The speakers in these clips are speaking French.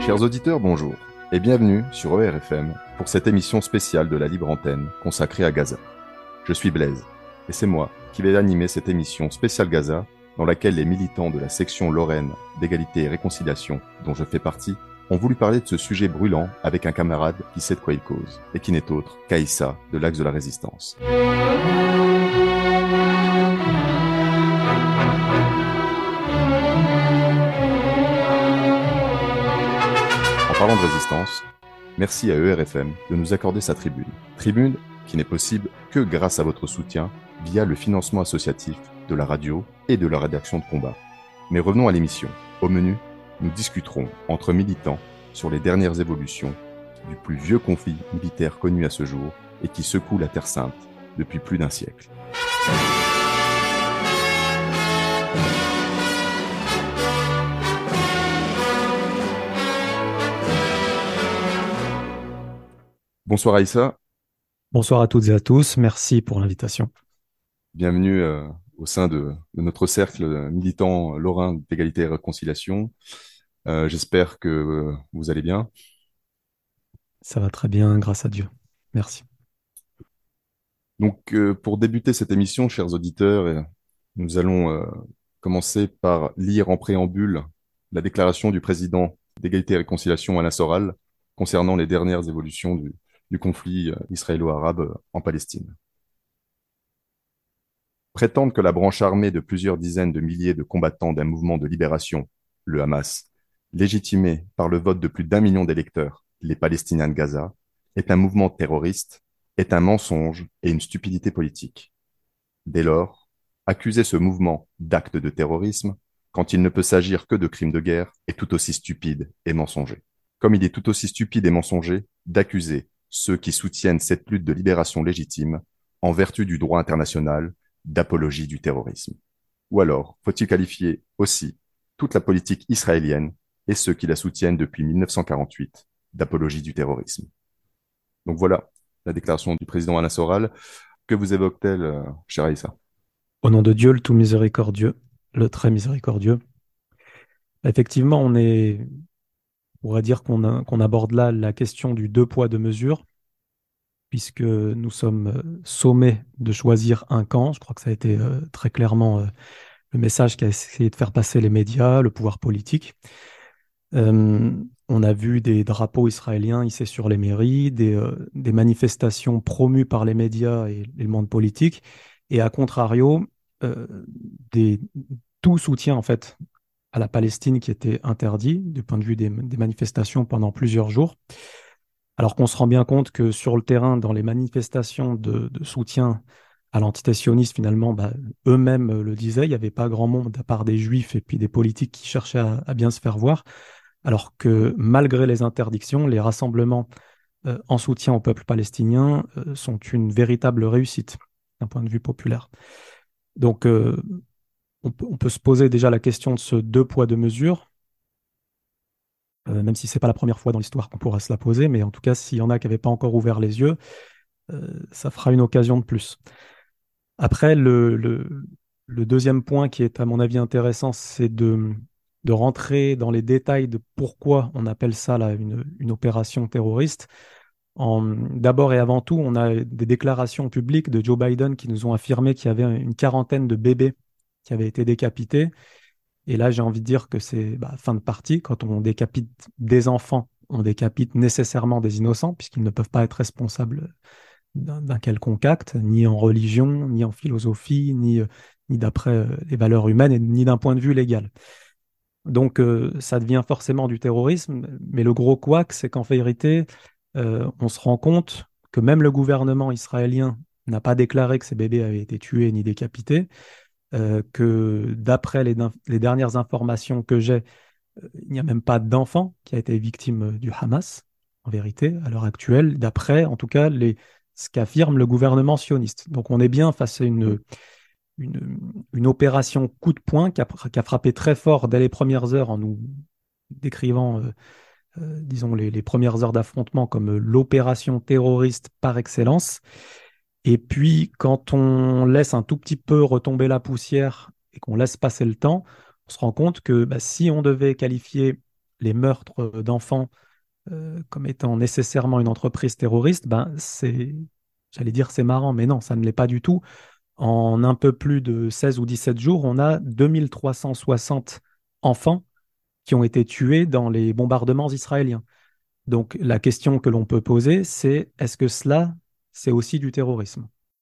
Chers auditeurs, bonjour et bienvenue sur ERFM pour cette émission spéciale de la Libre Antenne consacrée à Gaza. Je suis Blaise et c'est moi qui vais animer cette émission spéciale Gaza dans laquelle les militants de la section Lorraine d'égalité et réconciliation dont je fais partie ont voulu parler de ce sujet brûlant avec un camarade qui sait de quoi il cause et qui n'est autre qu'Aïssa de l'Axe de la Résistance. En parlant de résistance, merci à ERFM de nous accorder sa tribune. Tribune qui n'est possible que grâce à votre soutien via le financement associatif de la radio et de la rédaction de combat. Mais revenons à l'émission. Au menu, nous discuterons entre militants sur les dernières évolutions du plus vieux conflit militaire connu à ce jour et qui secoue la Terre Sainte depuis plus d'un siècle. Bonsoir Aïssa. Bonsoir à toutes et à tous, merci pour l'invitation. Bienvenue au sein de notre cercle militant lorrain d'égalité et réconciliation. J'espère que vous allez bien. Ça va très bien, grâce à Dieu. Merci. Donc, pour débuter cette émission, chers auditeurs, nous allons commencer par lire en préambule la déclaration du président d'égalité et réconciliation Alain Soral concernant les dernières évolutions du conflit israélo-arabe en Palestine. Prétendre que la branche armée de plusieurs dizaines de milliers de combattants d'un mouvement de libération, le Hamas, légitimé par le vote de plus d'1 million d'électeurs, les Palestiniens de Gaza, est un mouvement terroriste, est un mensonge et une stupidité politique. Dès lors, accuser ce mouvement d'acte de terrorisme, quand il ne peut s'agir que de crimes de guerre, est tout aussi stupide et mensonger. Comme il est tout aussi stupide et mensonger d'accuser ceux qui soutiennent cette lutte de libération légitime, en vertu du droit international, d'apologie du terrorisme. Ou alors, faut-il qualifier aussi toute la politique israélienne et ceux qui la soutiennent depuis 1948 d'apologie du terrorisme. Donc voilà la déclaration du président Alain Soral. Que vous évoque-t-elle, cher Aïssa? Au nom de Dieu, le tout miséricordieux, le très miséricordieux. Effectivement, on pourrait dire qu'on aborde là la question du deux poids, deux mesures, puisque nous sommes sommés de choisir un camp. Je crois que ça a été très clairement le message qu'a essayé de faire passer les médias, le pouvoir politique. On a vu des drapeaux israéliens hissés sur les mairies, des manifestations promues par les médias et le monde politique, et à contrario, euh, des, tout soutien en fait à la Palestine qui était interdit du point de vue des manifestations pendant plusieurs jours. Alors qu'on se rend bien compte que sur le terrain, dans les manifestations de soutien à l'entité sioniste, finalement, eux-mêmes le disaient, il n'y avait pas grand monde à part des juifs et puis des politiques qui cherchaient à bien se faire voir. Alors que malgré les interdictions, les rassemblements en soutien au peuple palestinien sont une véritable réussite d'un point de vue populaire. Donc, on peut se poser déjà la question de ce deux poids, deux mesures, même si ce n'est pas la première fois dans l'histoire qu'on pourra se la poser, mais en tout cas, s'il y en a qui n'avaient pas encore ouvert les yeux, ça fera une occasion de plus. Après, le deuxième point qui est à mon avis intéressant, c'est de rentrer dans les détails de pourquoi on appelle ça là, une opération terroriste. D'abord et avant tout, on a des déclarations publiques de Joe Biden qui nous ont affirmé qu'il y avait une quarantaine de bébés qui avaient été décapités. Et là, j'ai envie de dire que c'est fin de partie. Quand on décapite des enfants, on décapite nécessairement des innocents, puisqu'ils ne peuvent pas être responsables d'un quelconque acte, ni en religion, ni en philosophie, ni d'après les valeurs humaines, et ni d'un point de vue légal. Donc, ça devient forcément du terrorisme, mais le gros couac, c'est qu'en vérité, on se rend compte que même le gouvernement israélien n'a pas déclaré que ces bébés avaient été tués ni décapités, que d'après les dernières informations que j'ai, il n'y a même pas d'enfant qui a été victime du Hamas, en vérité, à l'heure actuelle, d'après, en tout cas, ce qu'affirme le gouvernement sioniste. Donc, on est bien face à une opération coup de poing qui a frappé très fort dès les premières heures en nous décrivant, disons, les premières heures d'affrontement comme l'opération terroriste par excellence. Et puis, quand on laisse un tout petit peu retomber la poussière et qu'on laisse passer le temps, on se rend compte que si on devait qualifier les meurtres d'enfants comme étant nécessairement une entreprise terroriste, ben j'allais dire c'est marrant, mais non, ça ne l'est pas du tout. En un peu plus de 16 ou 17 jours, on a 2360 enfants qui ont été tués dans les bombardements israéliens. Donc la question que l'on peut poser, c'est est-ce que cela, c'est aussi du terrorisme?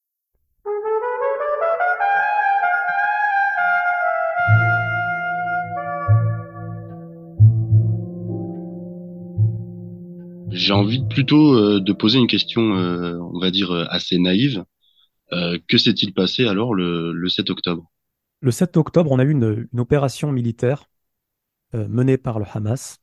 J'ai envie plutôt de poser une question, on va dire, assez naïve. Que s'est-il passé alors le 7 octobre? Le 7 octobre, on a eu une opération militaire menée par le Hamas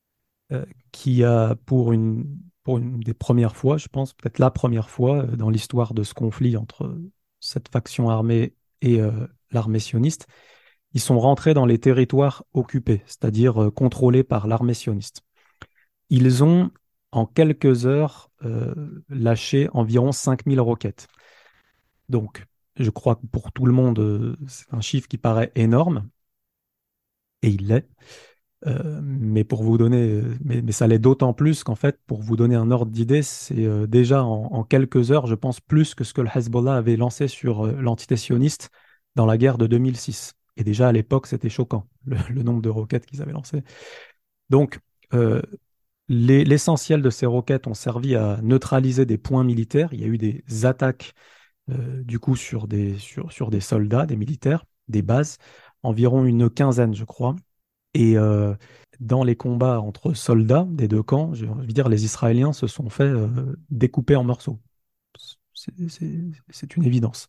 qui a, pour une des premières fois, je pense, peut-être la première fois dans l'histoire de ce conflit entre cette faction armée et l'armée sioniste, ils sont rentrés dans les territoires occupés, c'est-à-dire contrôlés par l'armée sioniste. Ils ont, en quelques heures, lâché environ 5000 roquettes. Donc, je crois que pour tout le monde, c'est un chiffre qui paraît énorme, et il l'est. Mais pour vous donner, mais ça l'est d'autant plus qu'en fait, pour vous donner un ordre d'idée, c'est déjà en quelques heures, je pense, plus que ce que le Hezbollah avait lancé sur l'entité sioniste dans la guerre de 2006. Et déjà à l'époque, c'était choquant, le nombre de roquettes qu'ils avaient lancées. Donc, euh, l'essentiel de ces roquettes ont servi à neutraliser des points militaires. Il y a eu des attaques, du coup, sur des soldats, des militaires, des bases, environ une quinzaine, je crois. Et dans les combats entre soldats des deux camps, je veux dire, les Israéliens se sont fait découper en morceaux. C'est une évidence.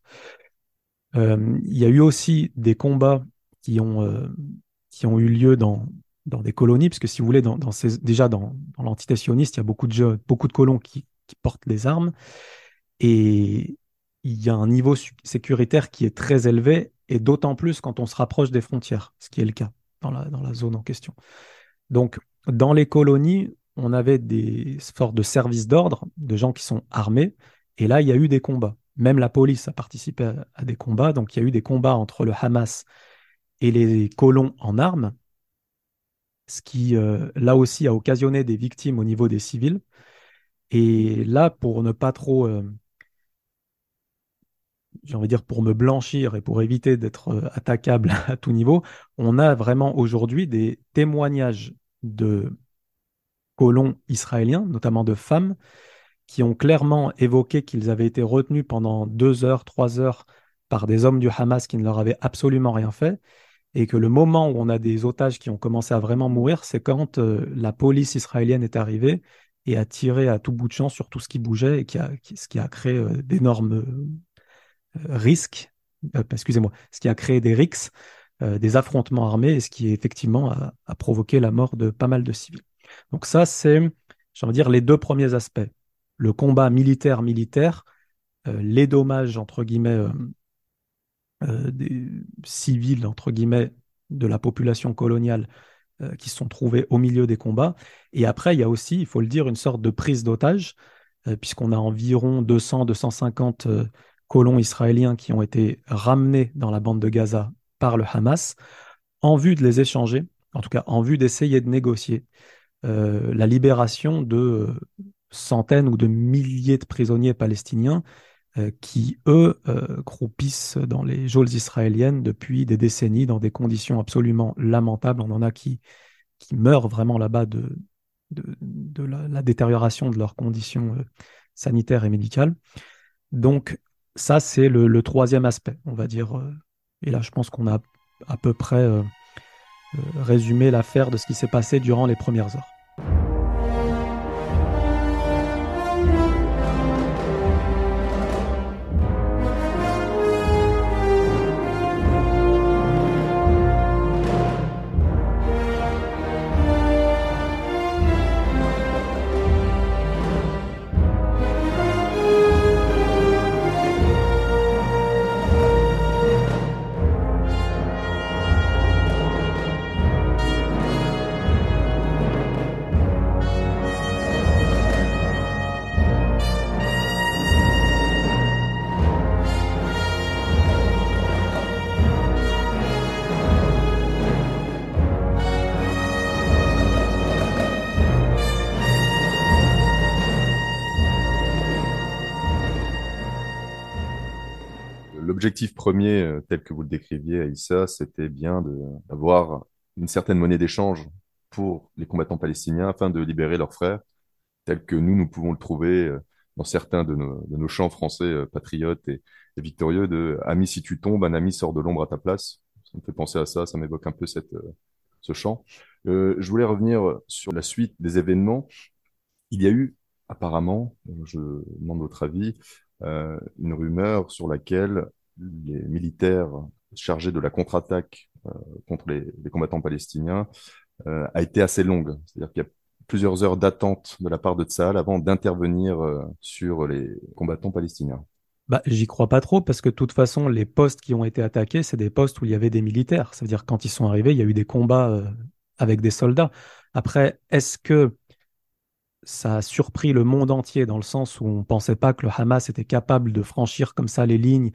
Il y a eu aussi des combats qui qui ont eu lieu dans des colonies, parce que si vous voulez, déjà dans l'entité sioniste, il y a beaucoup de colons qui portent les armes, et il y a un niveau sécuritaire qui est très élevé, et d'autant plus quand on se rapproche des frontières, ce qui est le cas dans la zone en question. Donc, dans les colonies, on avait des sortes de services d'ordre, de gens qui sont armés, et là, il y a eu des combats. Même la police a participé à des combats, donc il y a eu des combats entre le Hamas et les colons en armes, ce qui, là aussi, a occasionné des victimes au niveau des civils. Et là, pour ne pas trop, j'ai envie de dire, pour me blanchir et pour éviter d'être attaquable à tout niveau, on a vraiment aujourd'hui des témoignages de colons israéliens, notamment de femmes, qui ont clairement évoqué qu'ils avaient été retenus pendant 2 heures, 3 heures par des hommes du Hamas qui ne leur avaient absolument rien fait, et que le moment où on a des otages qui ont commencé à vraiment mourir, c'est quand la police israélienne est arrivée et a tiré à tout bout de champ sur tout ce qui bougeait, et ce qui a créé d'énormes risques, excusez-moi, ce qui a créé des rixes, des affrontements armés, et ce qui effectivement a provoqué la mort de pas mal de civils. Donc ça, c'est, j'ai envie de dire, les deux premiers aspects. Le combat militaire, les dommages, entre guillemets, des civils, entre guillemets, de la population coloniale qui se sont trouvés au milieu des combats. Et après, il y a aussi, il faut le dire, une sorte de prise d'otage, puisqu'on a environ 200-250 colons israéliens qui ont été ramenés dans la bande de Gaza par le Hamas en vue de les échanger, en tout cas en vue d'essayer de négocier la libération de centaines ou de milliers de prisonniers palestiniens qui, eux, croupissent dans les geôles israéliennes depuis des décennies dans des conditions absolument lamentables. On en a qui meurent vraiment là-bas de la détérioration de leurs conditions sanitaires et médicales. Donc, ça, c'est le troisième aspect, on va dire. Et là, je pense qu'on a à peu près résumé l'affaire de ce qui s'est passé durant les premières heures. l'objectif premier, tel que vous le décriviez, Aïssa, c'était bien d'avoir une certaine monnaie d'échange pour les combattants palestiniens afin de libérer leurs frères, tels que nous pouvons le trouver dans certains de nos chants français patriotes et victorieux de Ami, si tu tombes, un ami sort de l'ombre à ta place. Ça me fait penser à ça, ça m'évoque un peu ce chant. Je voulais revenir sur la suite des événements. Il y a eu apparemment, je demande votre avis, une rumeur sur laquelle les militaires chargés de la contre-attaque contre les combattants palestiniens a été assez longue. C'est-à-dire qu'il y a plusieurs heures d'attente de la part de Tsahal avant d'intervenir sur les combattants palestiniens. Bah, j'y crois pas trop parce que de toute façon, les postes qui ont été attaqués, c'est des postes où il y avait des militaires. Ça veut dire que quand ils sont arrivés, il y a eu des combats avec des soldats. Après, est-ce que ça a surpris le monde entier dans le sens où on pensait pas que le Hamas était capable de franchir comme ça les lignes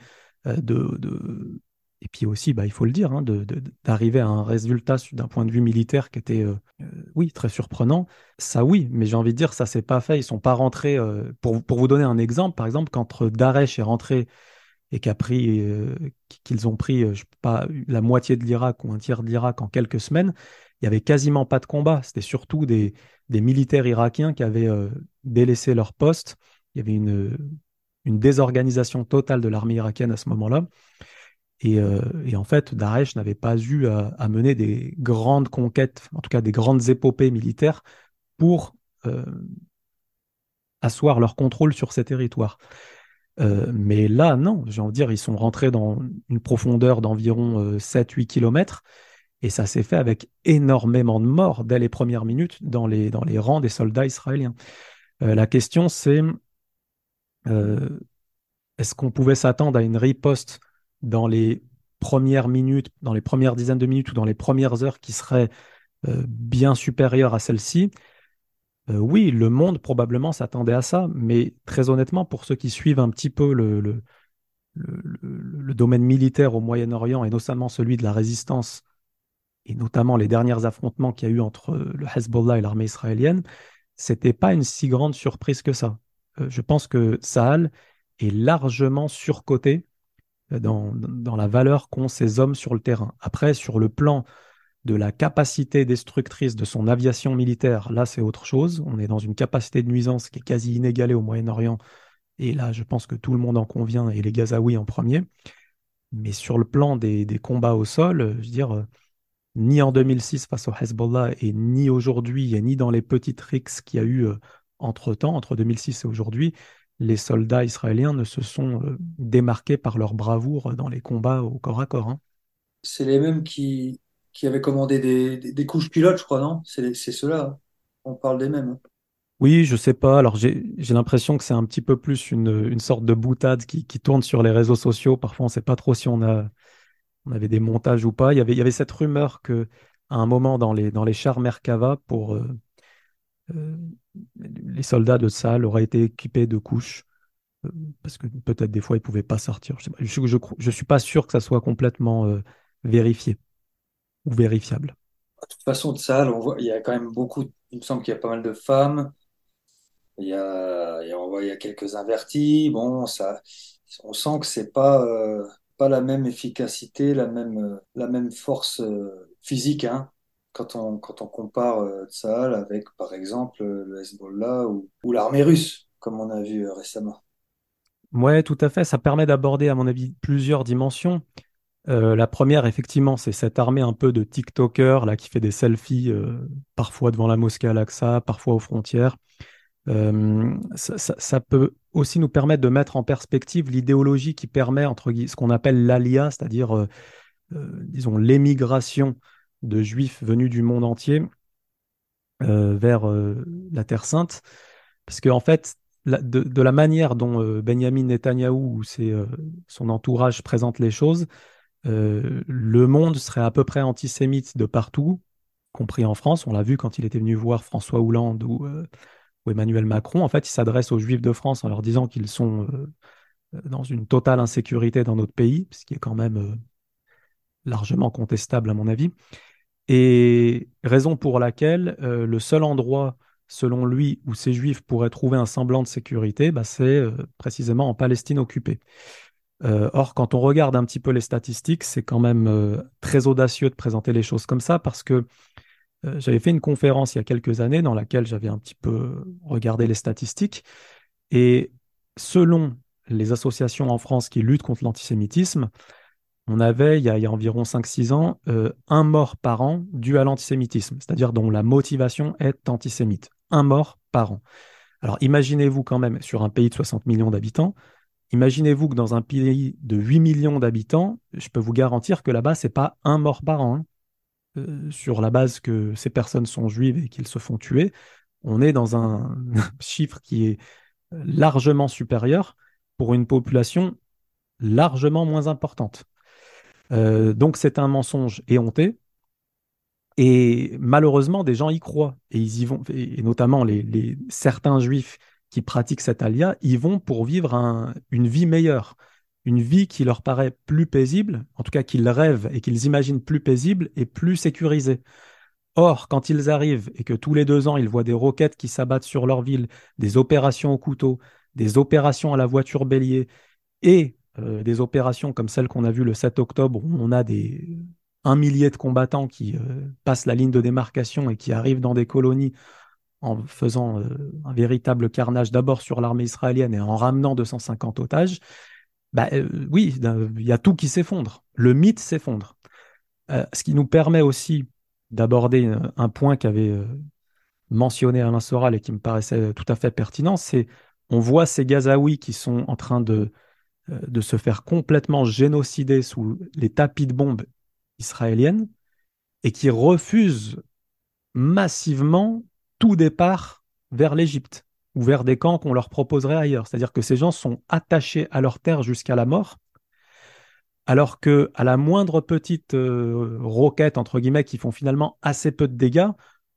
et puis aussi, bah, il faut le dire, hein, d'arriver à un résultat d'un point de vue militaire qui était, oui, très surprenant. Ça, oui, mais j'ai envie de dire, ça s'est pas fait. Ils sont pas rentrés. Pour vous donner un exemple, par exemple, quand Daesh est rentré et qu'ils ont pris, je sais pas, la moitié de l'Irak ou un tiers de l'Irak en quelques semaines, il y avait quasiment pas de combat. C'était surtout des militaires irakiens qui avaient délaissé leur poste. Il y avait une désorganisation totale de l'armée irakienne à ce moment-là. Et en fait, Daesh n'avait pas eu à mener des grandes conquêtes, en tout cas des grandes épopées militaires pour euh, asseoir leur contrôle sur ces territoires. Mais là, non, j'ai envie de dire, ils sont rentrés dans une profondeur d'environ 7-8 kilomètres et ça s'est fait avec énormément de morts dès les premières minutes dans les rangs des soldats israéliens. La question, c'est euh, est-ce qu'on pouvait s'attendre à une riposte dans les premières minutes, dans les premières dizaines de minutes ou dans les premières heures qui serait bien supérieure à celle-ci? Oui, le monde probablement s'attendait à ça, mais très honnêtement, pour ceux qui suivent un petit peu le domaine militaire au Moyen-Orient et notamment celui de la résistance et notamment les derniers affrontements qu'il y a eu entre le Hezbollah et l'armée israélienne, c'était pas une si grande surprise que ça. Je pense que Tsahal est largement surcoté dans la valeur qu'ont ces hommes sur le terrain. Après, sur le plan de la capacité destructrice de son aviation militaire, là, c'est autre chose. On est dans une capacité de nuisance qui est quasi inégalée au Moyen-Orient. Et là, je pense que tout le monde en convient, et les Gazaouis en premier. Mais sur le plan des combats au sol, je veux dire, ni en 2006 face au Hezbollah, et ni aujourd'hui, et ni dans les petites rixes qu'il y a eu entre-temps, entre 2006 et aujourd'hui, les soldats israéliens ne se sont démarqués par leur bravoure dans les combats au corps à corps, hein. C'est les mêmes qui avaient commandé des couches pilotes, je crois, non? C'est ceux-là, hein. On parle des mêmes, hein. Oui, je sais pas. Alors j'ai l'impression que c'est un petit peu plus une sorte de boutade qui tourne sur les réseaux sociaux. Parfois, on ne sait pas trop si on avait des montages ou pas. Il y avait cette rumeur que à un moment dans les chars Merkava, euh, les soldats de Tsahal auraient été équipés de couches euh, parce que peut-être des fois ils pouvaient pas sortir. Je sais pas. Je suis pas sûr que ça soit complètement vérifié ou vérifiable. De toute façon, de ça, on voit, il y a quand même beaucoup, il me semble qu'il y a pas mal de femmes. On voit, il y a quelques invertis. Bon, ça, on sent que c'est pas la même efficacité, la même force physique, hein, quand on compare ça avec, par exemple, le Hezbollah ou l'armée russe, comme on a vu récemment. Ouais, tout à fait. Ça permet d'aborder, à mon avis, plusieurs dimensions. La première, effectivement, c'est cette armée un peu de TikTokers là, qui fait des selfies parfois devant la mosquée Al-Aqsa, parfois aux frontières. Ça peut aussi nous permettre de mettre en perspective l'idéologie qui permet, ce qu'on appelle l'ALIA, c'est-à-dire, disons, l'émigration de juifs venus du monde entier vers la Terre Sainte. Parce qu'en fait, de la manière dont Benjamin Netanyahou ou son entourage présentent les choses, le monde serait à peu près antisémite de partout, compris en France. On l'a vu quand il était venu voir François Hollande ou Emmanuel Macron. En fait, il s'adresse aux Juifs de France en leur disant qu'ils sont dans une totale insécurité dans notre pays, ce qui est quand même largement contestable à mon avis. Et raison pour laquelle le seul endroit, selon lui, où ces Juifs pourraient trouver un semblant de sécurité, bah, c'est précisément en Palestine occupée. Or, quand on regarde un petit peu les statistiques, c'est quand même très audacieux de présenter les choses comme ça parce que j'avais fait une conférence il y a quelques années dans laquelle j'avais un petit peu regardé les statistiques et selon les associations en France qui luttent contre l'antisémitisme, on avait, il y a environ 5-6 ans, un mort par an dû à l'antisémitisme, c'est-à-dire dont la motivation est antisémite. Un mort par an. Alors imaginez-vous quand même, sur un pays de 60 millions d'habitants, imaginez-vous que dans un pays de 8 millions d'habitants, je peux vous garantir que là-bas, c'est pas un mort par an, hein. Sur la base que ces personnes sont juives et qu'ils se font tuer, on est dans un chiffre qui est largement supérieur pour une population largement moins importante. Donc c'est un mensonge éhonté. Et malheureusement, des gens y croient et ils y vont, et notamment certains juifs qui pratiquent cet alia, ils vont pour vivre une vie meilleure, une vie qui leur paraît plus paisible, en tout cas qu'ils rêvent et qu'ils imaginent plus paisible et plus sécurisée. Or, quand ils arrivent et que tous les 2 ans, ils voient des roquettes qui s'abattent sur leur ville, des opérations au couteau, des opérations à la voiture bélier et des opérations comme celle qu'on a vue le 7 octobre, où on a un millier de combattants qui passent la ligne de démarcation et qui arrivent dans des colonies en faisant un véritable carnage d'abord sur l'armée israélienne et en ramenant 250 otages, bah, oui, il y a tout qui s'effondre. Le mythe s'effondre. Ce qui nous permet aussi d'aborder un point qu'avait mentionné Alain Soral et qui me paraissait tout à fait pertinent, c'est on voit ces Gazaouis qui sont en train de se faire complètement génocider sous les tapis de bombes israéliennes et qui refusent massivement tout départ vers l'Égypte ou vers des camps qu'on leur proposerait ailleurs. C'est-à-dire que ces gens sont attachés à leur terre jusqu'à la mort, alors que à la moindre petite roquette, entre guillemets, qui font finalement assez peu de dégâts,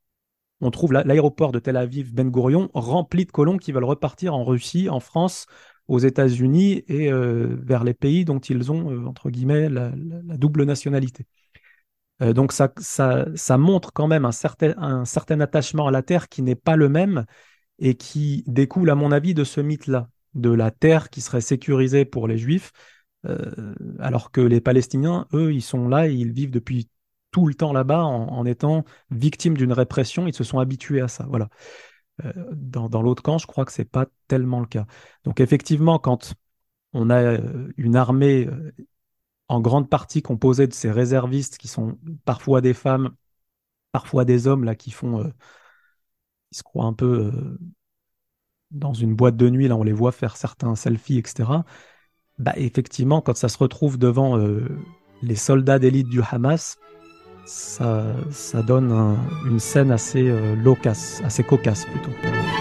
on trouve l'aéroport de Tel Aviv Ben Gourion rempli de colons qui veulent repartir en Russie, en France, aux États-Unis et vers les pays dont ils ont, entre guillemets, la double nationalité. Donc ça montre quand même un certain attachement à la terre qui n'est pas le même et qui découle, à mon avis, de ce mythe-là, de la terre qui serait sécurisée pour les Juifs, alors que les Palestiniens, eux, ils sont là et ils vivent depuis tout le temps là-bas en étant victimes d'une répression. Ils se sont habitués à ça. Voilà. Dans l'autre camp, je crois que c'est pas tellement le cas. Donc effectivement, quand on a une armée en grande partie composée de ces réservistes qui sont parfois des femmes, parfois des hommes là qui se croient un peu dans une boîte de nuit, là on les voit faire certains selfies, etc. Bah effectivement, quand ça se retrouve devant les soldats d'élite du Hamas, ça donne une scène assez loquace, assez cocasse plutôt.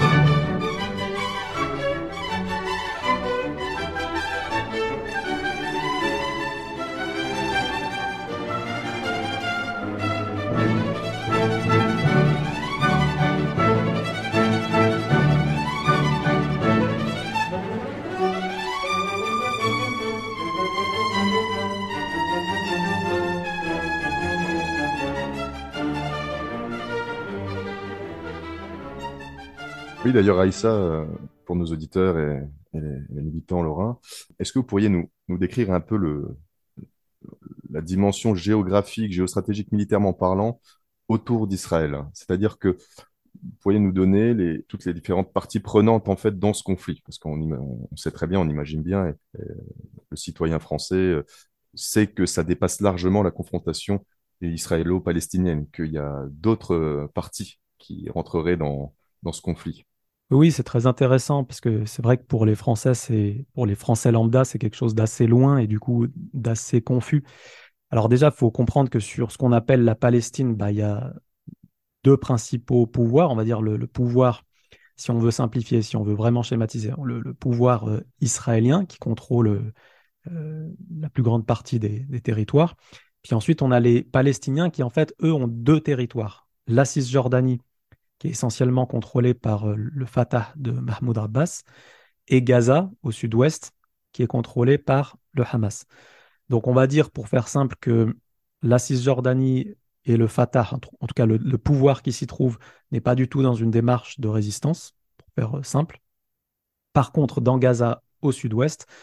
Oui, d'ailleurs, Aïssa, pour nos auditeurs et les militants lorrains, est-ce que vous pourriez nous décrire un peu la dimension géographique, géostratégique, militairement parlant, autour d'Israël? C'est-à-dire que vous pourriez nous donner toutes les différentes parties prenantes en fait dans ce conflit, parce on sait très bien, on imagine bien, et le citoyen français sait que ça dépasse largement la confrontation israélo-palestinienne, qu'il y a d'autres parties qui rentreraient dans ce conflit. Oui, c'est très intéressant parce que c'est vrai que pour les Français lambda, c'est quelque chose d'assez loin et du coup d'assez confus. Alors déjà, il faut comprendre que sur ce qu'on appelle la Palestine, bah, il y a deux principaux pouvoirs. On va dire le pouvoir, si on veut simplifier, si on veut vraiment schématiser, le pouvoir israélien qui contrôle la plus grande partie des territoires. Puis ensuite, on a les Palestiniens qui, en fait, eux, ont deux territoires. La Cisjordanie, qui est essentiellement contrôlée par le Fatah de Mahmoud Abbas, et Gaza, au sud-ouest, qui est contrôlée par le Hamas. Donc on va dire, pour faire simple, que la Cisjordanie et le Fatah, en tout cas le pouvoir qui s'y trouve, n'est pas du tout dans une démarche de résistance, pour faire simple. Par contre, dans Gaza, au sud-ouest,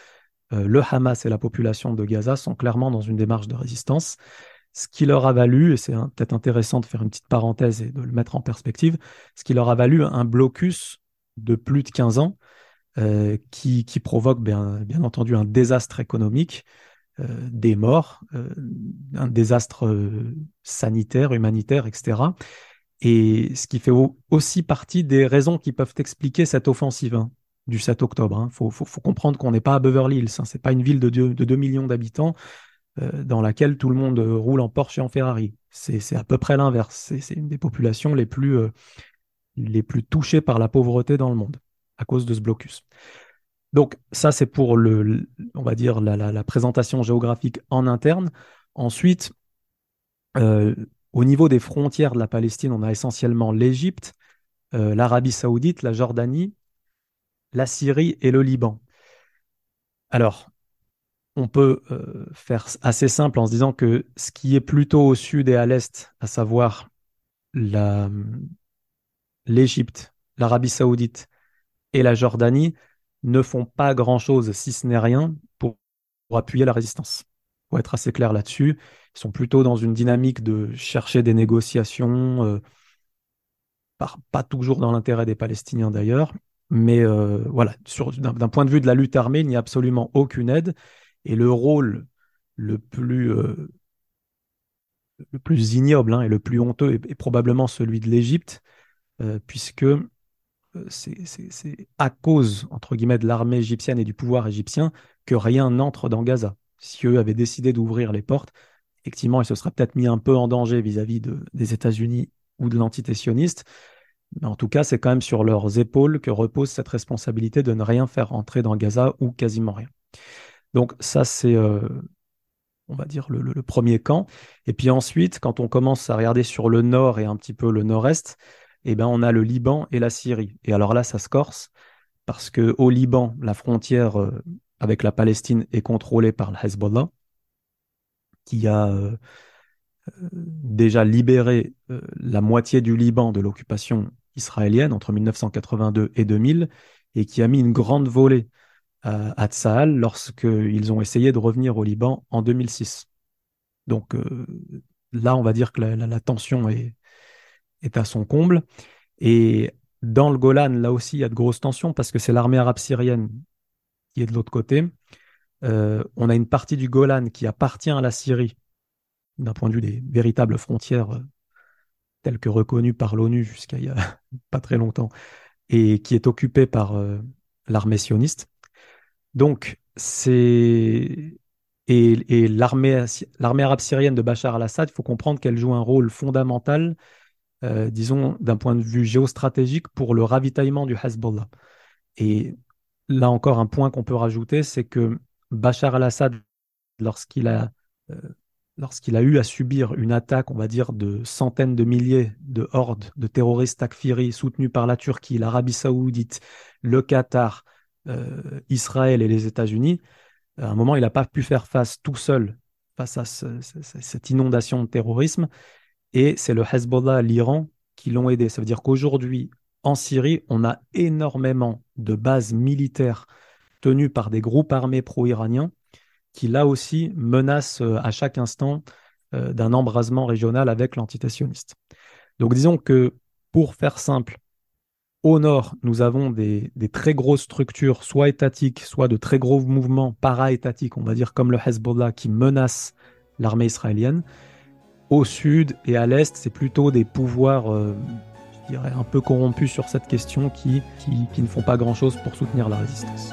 le Hamas et la population de Gaza sont clairement dans une démarche de résistance, ce qui leur a valu, et c'est peut-être intéressant de faire une petite parenthèse et de le mettre en perspective, ce qui leur a valu un blocus de plus de 15 ans qui provoque bien entendu un désastre économique, des morts, un désastre sanitaire, humanitaire, etc. Et ce qui fait aussi partie des raisons qui peuvent expliquer cette offensive du 7 octobre. Faut comprendre qu'on n'est pas à Beverly Hills. C'est pas une ville de 2 millions d'habitants dans laquelle tout le monde roule en Porsche et en Ferrari. C'est à peu près l'inverse. C'est une des populations les plus touchées par la pauvreté dans le monde à cause de ce blocus. Donc ça, c'est pour on va dire la présentation géographique en interne. Ensuite, au niveau des frontières de la Palestine, on a essentiellement l'Égypte, l'Arabie Saoudite, la Jordanie, la Syrie et le Liban. Alors, on peut faire assez simple en se disant que ce qui est plutôt au sud et à l'est, à savoir l'Égypte, l'Arabie Saoudite et la Jordanie, ne font pas grand-chose, si ce n'est rien, pour appuyer la résistance. Il faut être assez clair là-dessus. Ils sont plutôt dans une dynamique de chercher des négociations, pas toujours dans l'intérêt des Palestiniens d'ailleurs, mais voilà, d'un point de vue de la lutte armée, il n'y a absolument aucune aide. Et le rôle le plus, euh, le plus ignoble et le plus honteux est probablement celui de l'Égypte, puisque c'est à cause, entre guillemets, de l'armée égyptienne et du pouvoir égyptien que rien n'entre dans Gaza. Si eux avaient décidé d'ouvrir les portes, effectivement, ils se seraient peut-être mis un peu en danger vis-à-vis des États-Unis ou de l'entité sioniste. Mais en tout cas, c'est quand même sur leurs épaules que repose cette responsabilité de ne rien faire entrer dans Gaza ou quasiment rien. Donc ça, c'est, on va dire, le premier camp. Et puis ensuite, quand on commence à regarder sur le nord et un petit peu le nord-est, eh ben, on a le Liban et la Syrie. Et alors là, ça se corse parce qu'au Liban, la frontière avec la Palestine est contrôlée par le Hezbollah, qui a déjà libéré la moitié du Liban de l'occupation israélienne entre 1982 et 2000 et qui a mis une grande volée à Tsahal lorsqu'ils ont essayé de revenir au Liban en 2006. Donc là, on va dire que la tension est à son comble. Et dans le Golan, là aussi, il y a de grosses tensions parce que c'est l'armée arabe syrienne qui est de l'autre côté. On a une partie du Golan qui appartient à la Syrie d'un point de vue des véritables frontières telles que reconnues par l'ONU jusqu'à il y a pas très longtemps et qui est occupée par l'armée sioniste. Donc, et l'armée arabe syrienne de Bachar al-Assad, il faut comprendre qu'elle joue un rôle fondamental, disons, d'un point de vue géostratégique pour le ravitaillement du Hezbollah. Et là encore, un point qu'on peut rajouter, c'est que Bachar al-Assad, lorsqu'il a, euh, lorsqu'il a eu à subir une attaque, on va dire, de centaines de milliers de hordes de terroristes takfiris soutenus par la Turquie, l'Arabie Saoudite, le Qatar, Israël et les États-Unis, à un moment, il n'a pas pu faire face tout seul face à cette inondation de terrorisme. Et c'est le Hezbollah, l'Iran, qui l'ont aidé. Ça veut dire qu'aujourd'hui, en Syrie, on a énormément de bases militaires tenues par des groupes armés pro-iraniens qui, là aussi, menacent à chaque instant d'un embrasement régional avec l'entité sioniste. Donc disons que, pour faire simple, au nord, nous avons des très grosses structures, soit étatiques, soit de très gros mouvements para-étatiques, on va dire comme le Hezbollah, qui menacent l'armée israélienne. Au sud et à l'est, c'est plutôt des pouvoirs, je dirais, un peu corrompus sur cette question qui ne font pas grand-chose pour soutenir la résistance.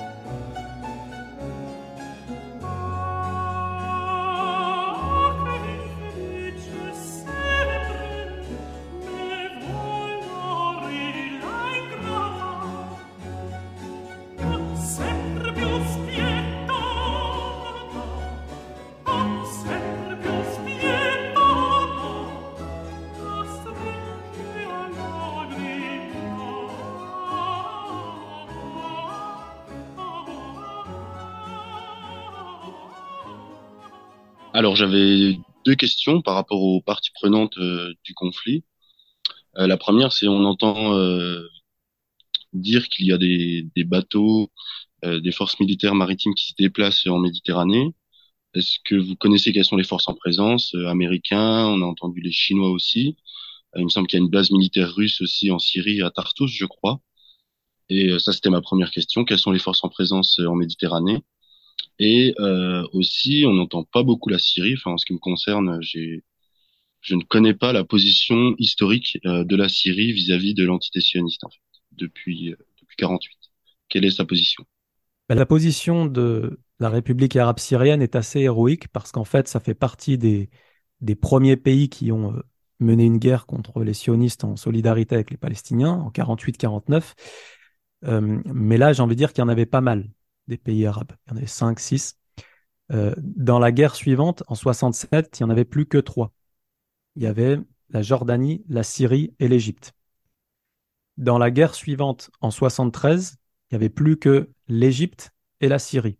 Alors, j'avais deux questions par rapport aux parties prenantes du conflit. La première, c'est on entend dire qu'il y a des bateaux des forces militaires maritimes qui se déplacent en Méditerranée. Est-ce que vous connaissez quelles sont les forces en présence? Américains, on a entendu les Chinois aussi. Il me semble qu'il y a une base militaire russe aussi en Syrie, à Tartous, je crois. Et ça, c'était ma première question. Quelles sont les forces en présence en Méditerranée? Et aussi, on n'entend pas beaucoup la Syrie. Enfin, en ce qui me concerne, je ne connais pas la position historique de la Syrie vis-à-vis de l'entité sioniste, en fait, depuis 48. Quelle est sa position? La position de la République arabe syrienne est assez héroïque parce qu'en fait, ça fait partie des premiers pays qui ont mené une guerre contre les sionistes en solidarité avec les Palestiniens en 48-49. Mais là, j'ai envie de dire qu'il y en avait pas mal des pays arabes. Il y en avait 5, 6. Dans la guerre suivante, en 67, il n'y en avait plus que 3. Il y avait la Jordanie, la Syrie et l'Égypte. Dans la guerre suivante, en 73, il n'y avait plus que l'Égypte et la Syrie.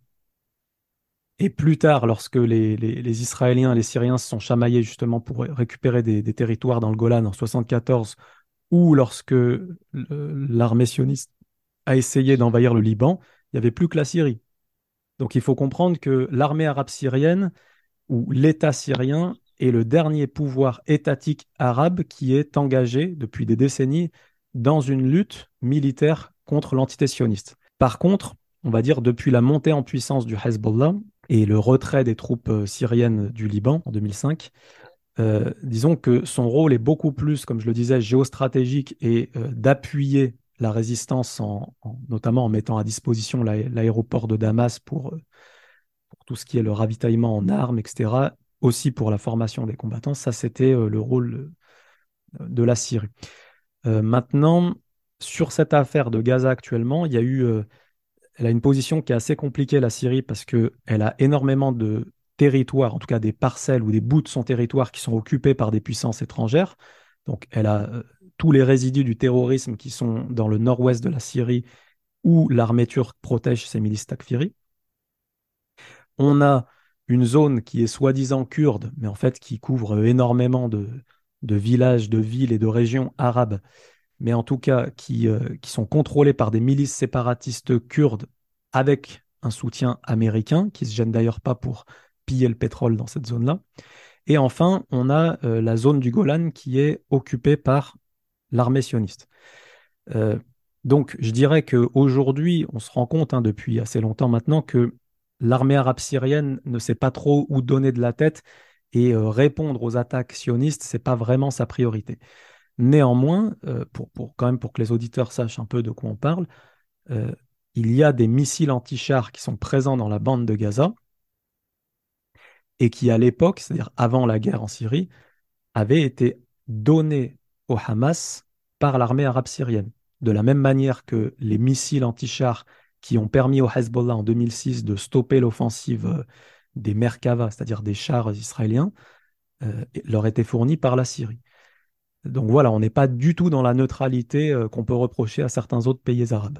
Et plus tard, lorsque les Israéliens et les Syriens se sont chamaillés justement pour récupérer des territoires dans le Golan en 74, ou lorsque l'armée sioniste a essayé d'envahir le Liban, il n'y avait plus que la Syrie. Donc il faut comprendre que l'armée arabe syrienne ou l'État syrien est le dernier pouvoir étatique arabe qui est engagé depuis des décennies dans une lutte militaire contre l'entité sioniste. Par contre, on va dire depuis la montée en puissance du Hezbollah et le retrait des troupes syriennes du Liban en 2005, disons que son rôle est beaucoup plus, comme je le disais, géostratégique et d'appuyer la résistance, notamment en mettant à disposition l'aéroport de Damas pour tout ce qui est le ravitaillement en armes, etc., aussi pour la formation des combattants. Ça, c'était le rôle de la Syrie. Maintenant, sur cette affaire de Gaza actuellement, elle a une position qui est assez compliquée, la Syrie, parce qu'elle a énormément de territoires, en tout cas des parcelles ou des bouts de son territoire qui sont occupés par des puissances étrangères. Donc, elle a tous les résidus du terrorisme qui sont dans le nord-ouest de la Syrie où l'armée turque protège ses milices takfiri. On a une zone qui est soi-disant kurde, mais en fait qui couvre énormément de villages, de villes et de régions arabes, mais en tout cas qui sont contrôlés par des milices séparatistes kurdes avec un soutien américain, qui ne se gêne d'ailleurs pas pour piller le pétrole dans cette zone-là. Et enfin, on a la zone du Golan qui est occupée par l'armée sioniste. Donc, je dirais qu'aujourd'hui, on se rend compte, depuis assez longtemps maintenant, que l'armée arabe syrienne ne sait pas trop où donner de la tête et répondre aux attaques sionistes, ce n'est pas vraiment sa priorité. Néanmoins, quand même pour que les auditeurs sachent un peu de quoi on parle, il y a des missiles anti-chars qui sont présents dans la bande de Gaza et qui, à l'époque, c'est-à-dire avant la guerre en Syrie, avaient été donnés au Hamas par l'armée arabe syrienne. De la même manière que les missiles anti-chars qui ont permis au Hezbollah en 2006 de stopper l'offensive des Merkava, c'est-à-dire des chars israéliens, leur étaient fournis par la Syrie. Donc voilà, on n'est pas du tout dans la neutralité qu'on peut reprocher à certains autres pays arabes.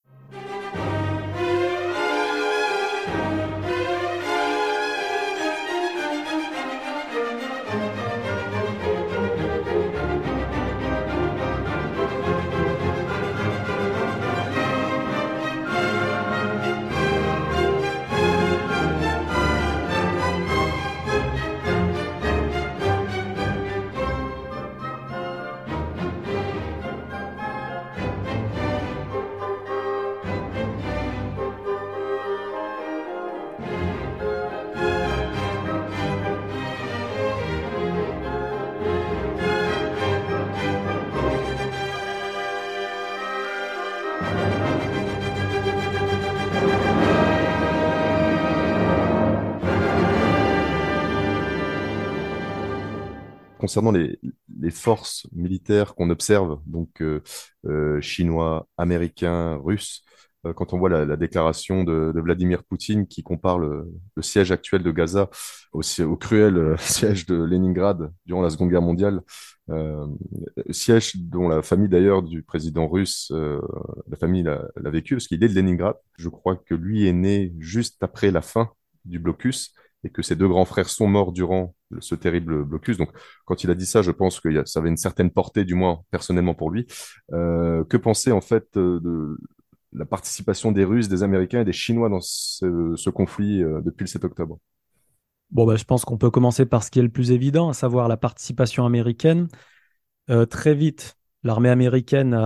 Concernant les forces militaires qu'on observe, donc chinois, américains, russes, quand on voit la déclaration de Vladimir Poutine qui compare le siège actuel de Gaza au cruel siège de Leningrad durant la Seconde Guerre mondiale, siège dont la famille d'ailleurs du président russe, la famille l'a vécu parce qu'il est de Leningrad. Je crois que lui est né juste après la fin du blocus et que ses deux grands frères sont morts durant ce terrible blocus. Donc, quand il a dit ça, je pense que ça avait une certaine portée, du moins personnellement pour lui. Que penser en fait la participation des Russes, des Américains et des Chinois dans ce conflit depuis le 7 octobre? Bon, bah, je pense qu'on peut commencer par ce qui est le plus évident, à savoir la participation américaine. Très vite, l'armée américaine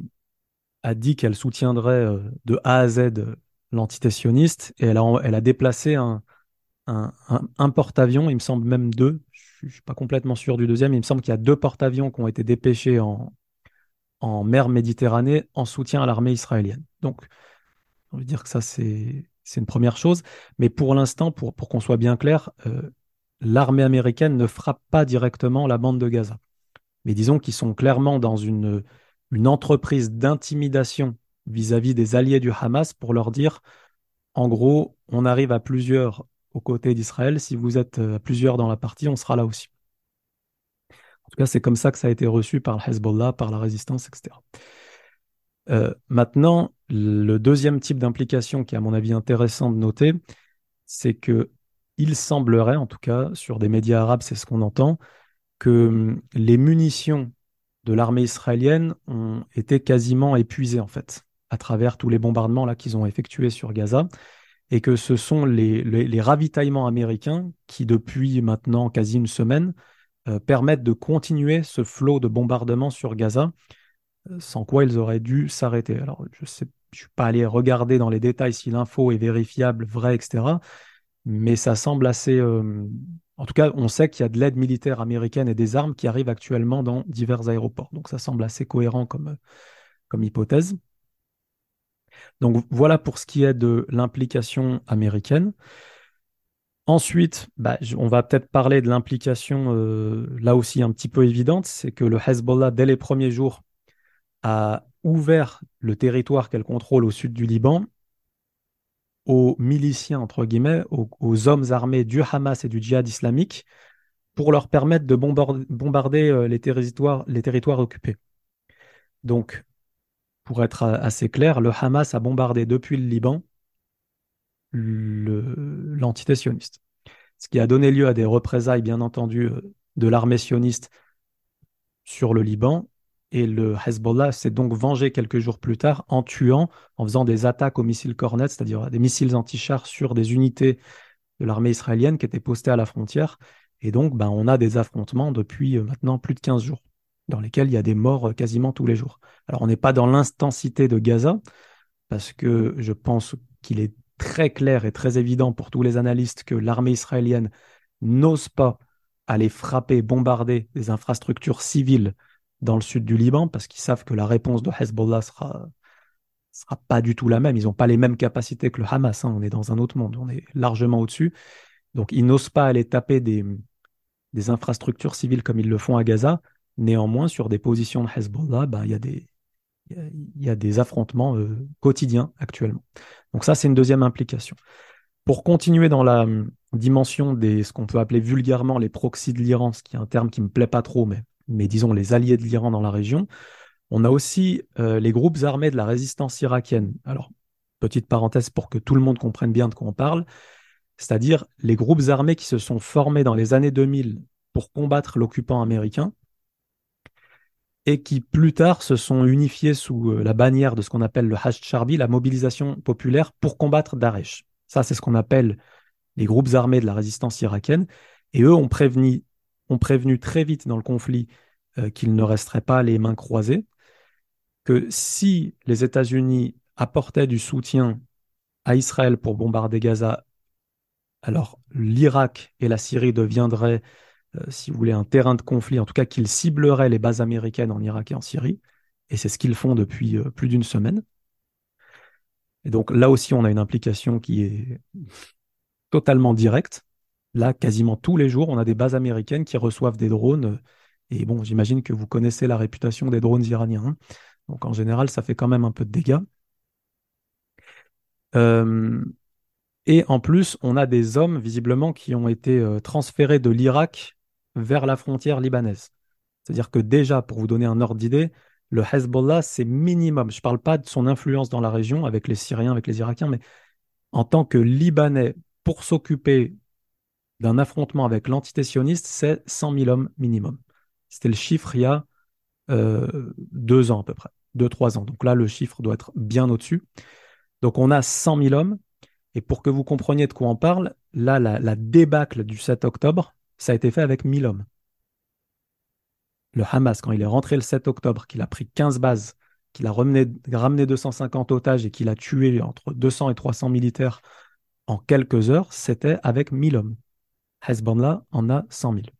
a dit qu'elle soutiendrait de A à Z l'entité sioniste et elle a déplacé un porte-avions, il me semble même deux, je ne suis pas complètement sûr du deuxième, il me semble qu'il y a deux porte-avions qui ont été dépêchés en mer Méditerranée en soutien à l'armée israélienne. Donc, on veut dire que ça, c'est une première chose. Mais pour l'instant, pour qu'on soit bien clair, l'armée américaine ne frappe pas directement la bande de Gaza. Mais disons qu'ils sont clairement dans une entreprise d'intimidation vis-à-vis des alliés du Hamas pour leur dire, en gros, on arrive à plusieurs aux côtés d'Israël. Si vous êtes à plusieurs dans la partie, on sera là aussi. En tout cas, c'est comme ça que ça a été reçu par le Hezbollah, par la résistance, etc. Maintenant, le deuxième type d'implication qui est à mon avis intéressant de noter, c'est que il semblerait, en tout cas sur des médias arabes, c'est ce qu'on entend, que les munitions de l'armée israélienne ont été quasiment épuisées en fait, à travers tous les bombardements là qu'ils ont effectués sur Gaza, et que ce sont les ravitaillements américains qui, depuis maintenant quasi une semaine, permettent de continuer ce flot de bombardements sur Gaza, sans quoi ils auraient dû s'arrêter. Alors, je sais, je suis pas allé regarder dans les détails si l'info est vérifiable, vraie, etc. Mais ça semble assez. En tout cas, on sait qu'il y a de l'aide militaire américaine et des armes qui arrivent actuellement dans divers aéroports. Donc, ça semble assez cohérent comme hypothèse. Donc, voilà pour ce qui est de l'implication américaine. Ensuite, bah, on va peut-être parler de l'implication là aussi un petit peu évidente, c'est que le Hezbollah, dès les premiers jours, a ouvert le territoire qu'elle contrôle au sud du Liban aux miliciens, entre guillemets, aux hommes armés du Hamas et du djihad islamique pour leur permettre de bombarder les territoires occupés. Donc, pour être assez clair, le Hamas a bombardé depuis le Liban l'entité sioniste. Ce qui a donné lieu à des représailles, bien entendu, de l'armée sioniste sur le Liban. Et le Hezbollah s'est donc vengé quelques jours plus tard en tuant, en faisant des attaques aux missiles Cornet, c'est-à-dire des missiles anti-chars sur des unités de l'armée israélienne qui étaient postées à la frontière. Et donc, ben, on a des affrontements depuis maintenant plus de 15 jours, dans lesquels il y a des morts quasiment tous les jours. Alors, on n'est pas dans l'intensité de Gaza, parce que je pense qu'il est très clair et très évident pour tous les analystes que l'armée israélienne n'ose pas aller frapper, bombarder des infrastructures civiles dans le sud du Liban, parce qu'ils savent que la réponse de Hezbollah sera pas du tout la même. Ils n'ont pas les mêmes capacités que le Hamas, hein. On est dans un autre monde, on est largement au-dessus. Donc ils n'osent pas aller taper des infrastructures civiles comme ils le font à Gaza. Néanmoins, sur des positions de Hezbollah, bah, il y a des affrontements quotidiens actuellement. Donc ça, c'est une deuxième implication. Pour continuer dans la dimension ce qu'on peut appeler vulgairement les proxys de l'Iran, ce qui est un terme qui ne me plaît pas trop, mais disons les alliés de l'Iran dans la région, on a aussi les groupes armés de la résistance irakienne. Alors, petite parenthèse pour que tout le monde comprenne bien de quoi on parle, c'est-à-dire les groupes armés qui se sont formés dans les années 2000 pour combattre l'occupant américain et qui plus tard se sont unifiés sous la bannière de ce qu'on appelle le Hashd Sharbi, la mobilisation populaire pour combattre Daesh. Ça, c'est ce qu'on appelle les groupes armés de la résistance irakienne. Et eux ont prévenu très vite dans le conflit qu'ils ne resteraient pas les mains croisées, que si les États-Unis apportaient du soutien à Israël pour bombarder Gaza, alors l'Irak et la Syrie deviendraient, si vous voulez, un terrain de conflit, en tout cas qu'ils cibleraient les bases américaines en Irak et en Syrie. Et c'est ce qu'ils font depuis plus d'une semaine. Et donc là aussi, on a une implication qui est totalement directe. Là, quasiment tous les jours, on a des bases américaines qui reçoivent des drones. Et bon, j'imagine que vous connaissez la réputation des drones iraniens, hein. Donc en général, ça fait quand même un peu de dégâts. Et en plus, on a des hommes, visiblement, qui ont été transférés de l'Irak vers la frontière libanaise. C'est-à-dire que déjà, pour vous donner un ordre d'idée, le Hezbollah, c'est minimum. Je ne parle pas de son influence dans la région avec les Syriens, avec les Irakiens, mais en tant que Libanais, pour s'occuper d'un affrontement avec l'entité sioniste, c'est 100 000 hommes minimum. C'était le chiffre il y a 2 ans à peu près. 2-3 ans. Donc là, le chiffre doit être bien au-dessus. Donc on a 100 000 hommes. Et pour que vous compreniez de quoi on parle, là, la débâcle du 7 octobre, ça a été fait avec 1000 hommes. Le Hamas, quand il est rentré le 7 octobre, qu'il a pris 15 bases, qu'il a ramené 250 otages et qu'il a tué entre 200 et 300 militaires en quelques heures, c'était avec 1000 hommes. Hezbollah en a 100 000.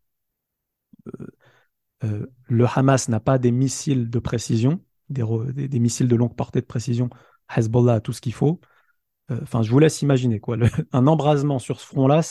Le Hamas n'a pas des missiles de précision, des missiles de longue portée de précision. Hezbollah a tout ce qu'il faut. Enfin, je vous laisse imaginer quoi. Un embrasement sur ce front-là,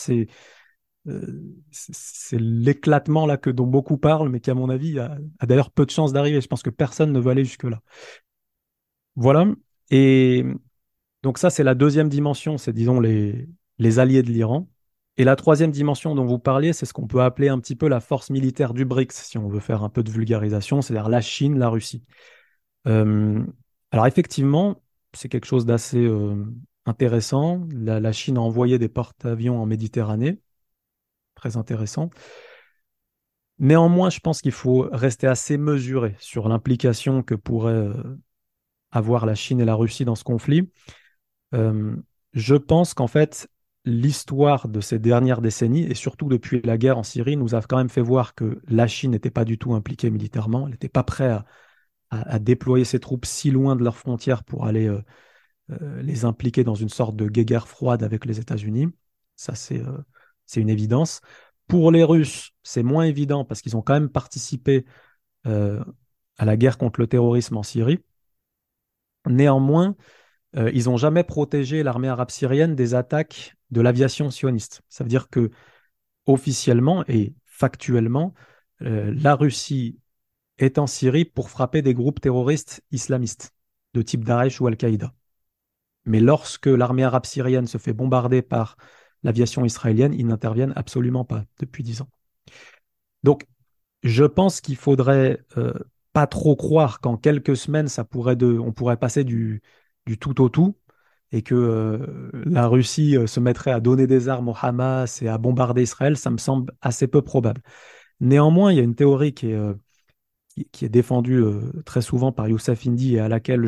c'est l'éclatement là dont beaucoup parlent, mais qui, à mon avis, a d'ailleurs peu de chances d'arriver. Je pense que personne ne veut aller jusque-là. Voilà. Et donc ça, c'est la deuxième dimension, c'est disons les alliés de l'Iran. Et la troisième dimension dont vous parliez, c'est ce qu'on peut appeler un petit peu la force militaire du BRICS, si on veut faire un peu de vulgarisation, c'est-à-dire la Chine, la Russie. Euh, alors effectivement, c'est quelque chose d'assez intéressant. La Chine a envoyé des porte-avions en Méditerranée, très intéressant. Néanmoins, je pense qu'il faut rester assez mesuré sur l'implication que pourraient avoir la Chine et la Russie dans ce conflit. Euh, je pense qu'en fait, l'histoire de ces dernières décennies, et surtout depuis la guerre en Syrie, nous a quand même fait voir que la Chine n'était pas du tout impliquée militairement. Elle n'était pas prête à déployer ses troupes si loin de leurs frontières pour aller les impliquer dans une sorte de guerre froide avec les États-Unis. Ça, c'est une évidence. Pour les Russes, c'est moins évident parce qu'ils ont quand même participé euh, à la guerre contre le terrorisme en Syrie. Néanmoins, ils n'ont jamais protégé l'armée arabe syrienne des attaques de l'aviation sioniste. Ça veut dire que officiellement et factuellement, la Russie est en Syrie pour frapper des groupes terroristes islamistes de type Daesh ou Al-Qaïda. Mais lorsque l'armée arabe syrienne se fait bombarder par l'aviation israélienne, ils n'interviennent absolument pas depuis 10 ans. Donc, je pense qu'il faudrait pas trop croire qu'en quelques semaines, on pourrait passer du tout au tout et que la Russie se mettrait à donner des armes au Hamas et à bombarder Israël. Ça me semble assez peu probable. Néanmoins, il y a une théorie qui est défendue très souvent par Youssef Indy et à laquelle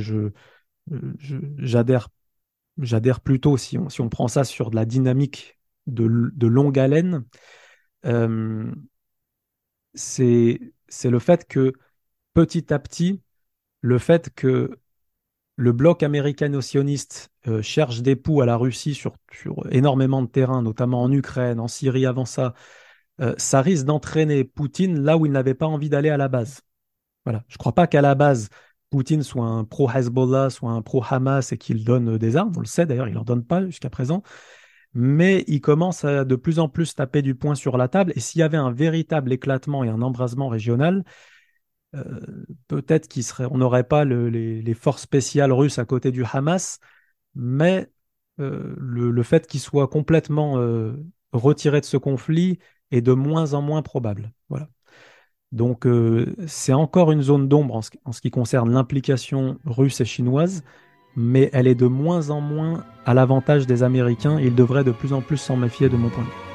j'adhère plutôt si on prend ça sur de la dynamique de longue haleine. Euh, c'est le fait que petit à petit, le fait que le bloc américano-sioniste cherche des poux à la Russie sur énormément de terrain, notamment en Ukraine, en Syrie avant ça, ça risque d'entraîner Poutine là où il n'avait pas envie d'aller à la base. Voilà. Je ne crois pas qu'à la base, Poutine soit un pro-Hezbollah, soit un pro-Hamas et qu'il donne des armes. On le sait d'ailleurs, il n'en donne pas jusqu'à présent. Mais il commence à de plus en plus taper du poing sur la table. Et s'il y avait un véritable éclatement et un embrasement régional, euh, peut-être on n'aurait pas les forces spéciales russes à côté du Hamas, mais le fait qu'ils soient complètement retirés de ce conflit est de moins en moins probable. Voilà. Donc c'est encore une zone d'ombre en ce qui concerne l'implication russe et chinoise, mais elle est de moins en moins à l'avantage des Américains. Ils devraient de plus en plus s'en méfier de mon point de vue.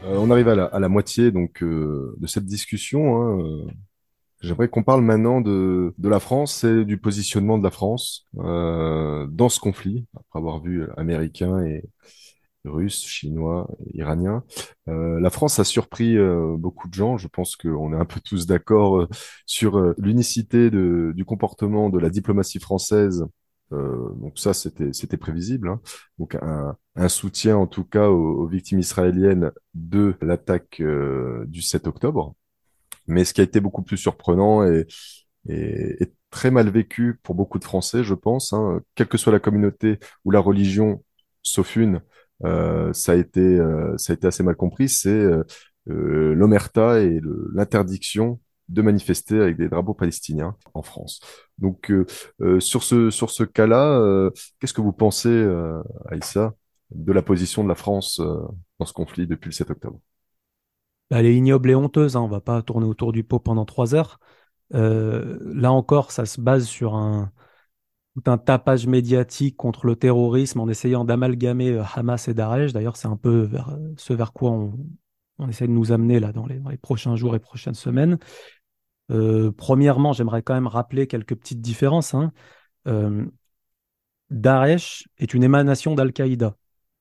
On arrive à la moitié donc de cette discussion, hein. J'aimerais qu'on parle maintenant de la France et du positionnement de la France dans ce conflit, après avoir vu Américains et Russes, Chinois, Iraniens. La France a surpris beaucoup de gens. Je pense qu'on est un peu tous d'accord sur l'unicité du comportement de la diplomatie française. Donc ça, c'était prévisible, hein. Donc un soutien en tout cas aux victimes israéliennes de l'attaque du 7 octobre. Mais ce qui a été beaucoup plus surprenant et très mal vécu pour beaucoup de Français, je pense, hein, quelle que soit la communauté ou la religion, sauf une, ça a été assez mal compris, c'est l'omerta et l'interdiction de manifester avec des drapeaux palestiniens en France. Donc, sur ce cas-là, qu'est-ce que vous pensez, Aïssa, de la position de la France dans ce conflit depuis le 7 octobre? Elle est ignoble et honteuse, hein, on ne va pas tourner autour du pot pendant 3 heures. Là encore, ça se base sur tout un tapage médiatique contre le terrorisme en essayant d'amalgamer Hamas et Daesh. D'ailleurs, c'est un peu ce vers quoi on essaie de nous amener là dans les prochains jours et prochaines semaines. Premièrement, j'aimerais quand même rappeler quelques petites différences, hein. Euh, Daesh est une émanation d'Al-Qaïda.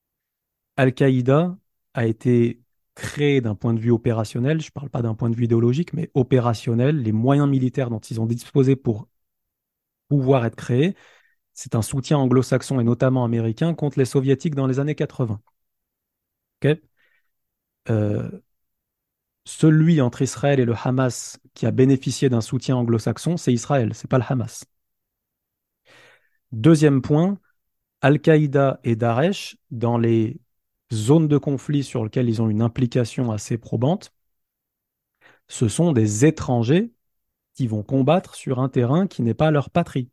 Al-Qaïda a été créé d'un point de vue opérationnel, je ne parle pas d'un point de vue idéologique, mais opérationnel, les moyens militaires dont ils ont disposé pour pouvoir être créés, c'est un soutien anglo-saxon et notamment américain contre les soviétiques dans les années 80. Ok. Euh, Celui entre Israël et le Hamas qui a bénéficié d'un soutien anglo-saxon, c'est Israël, c'est pas le Hamas. Deuxième point, Al-Qaïda et Daesh, dans les zones de conflit sur lesquelles ils ont une implication assez probante, ce sont des étrangers qui vont combattre sur un terrain qui n'est pas leur patrie.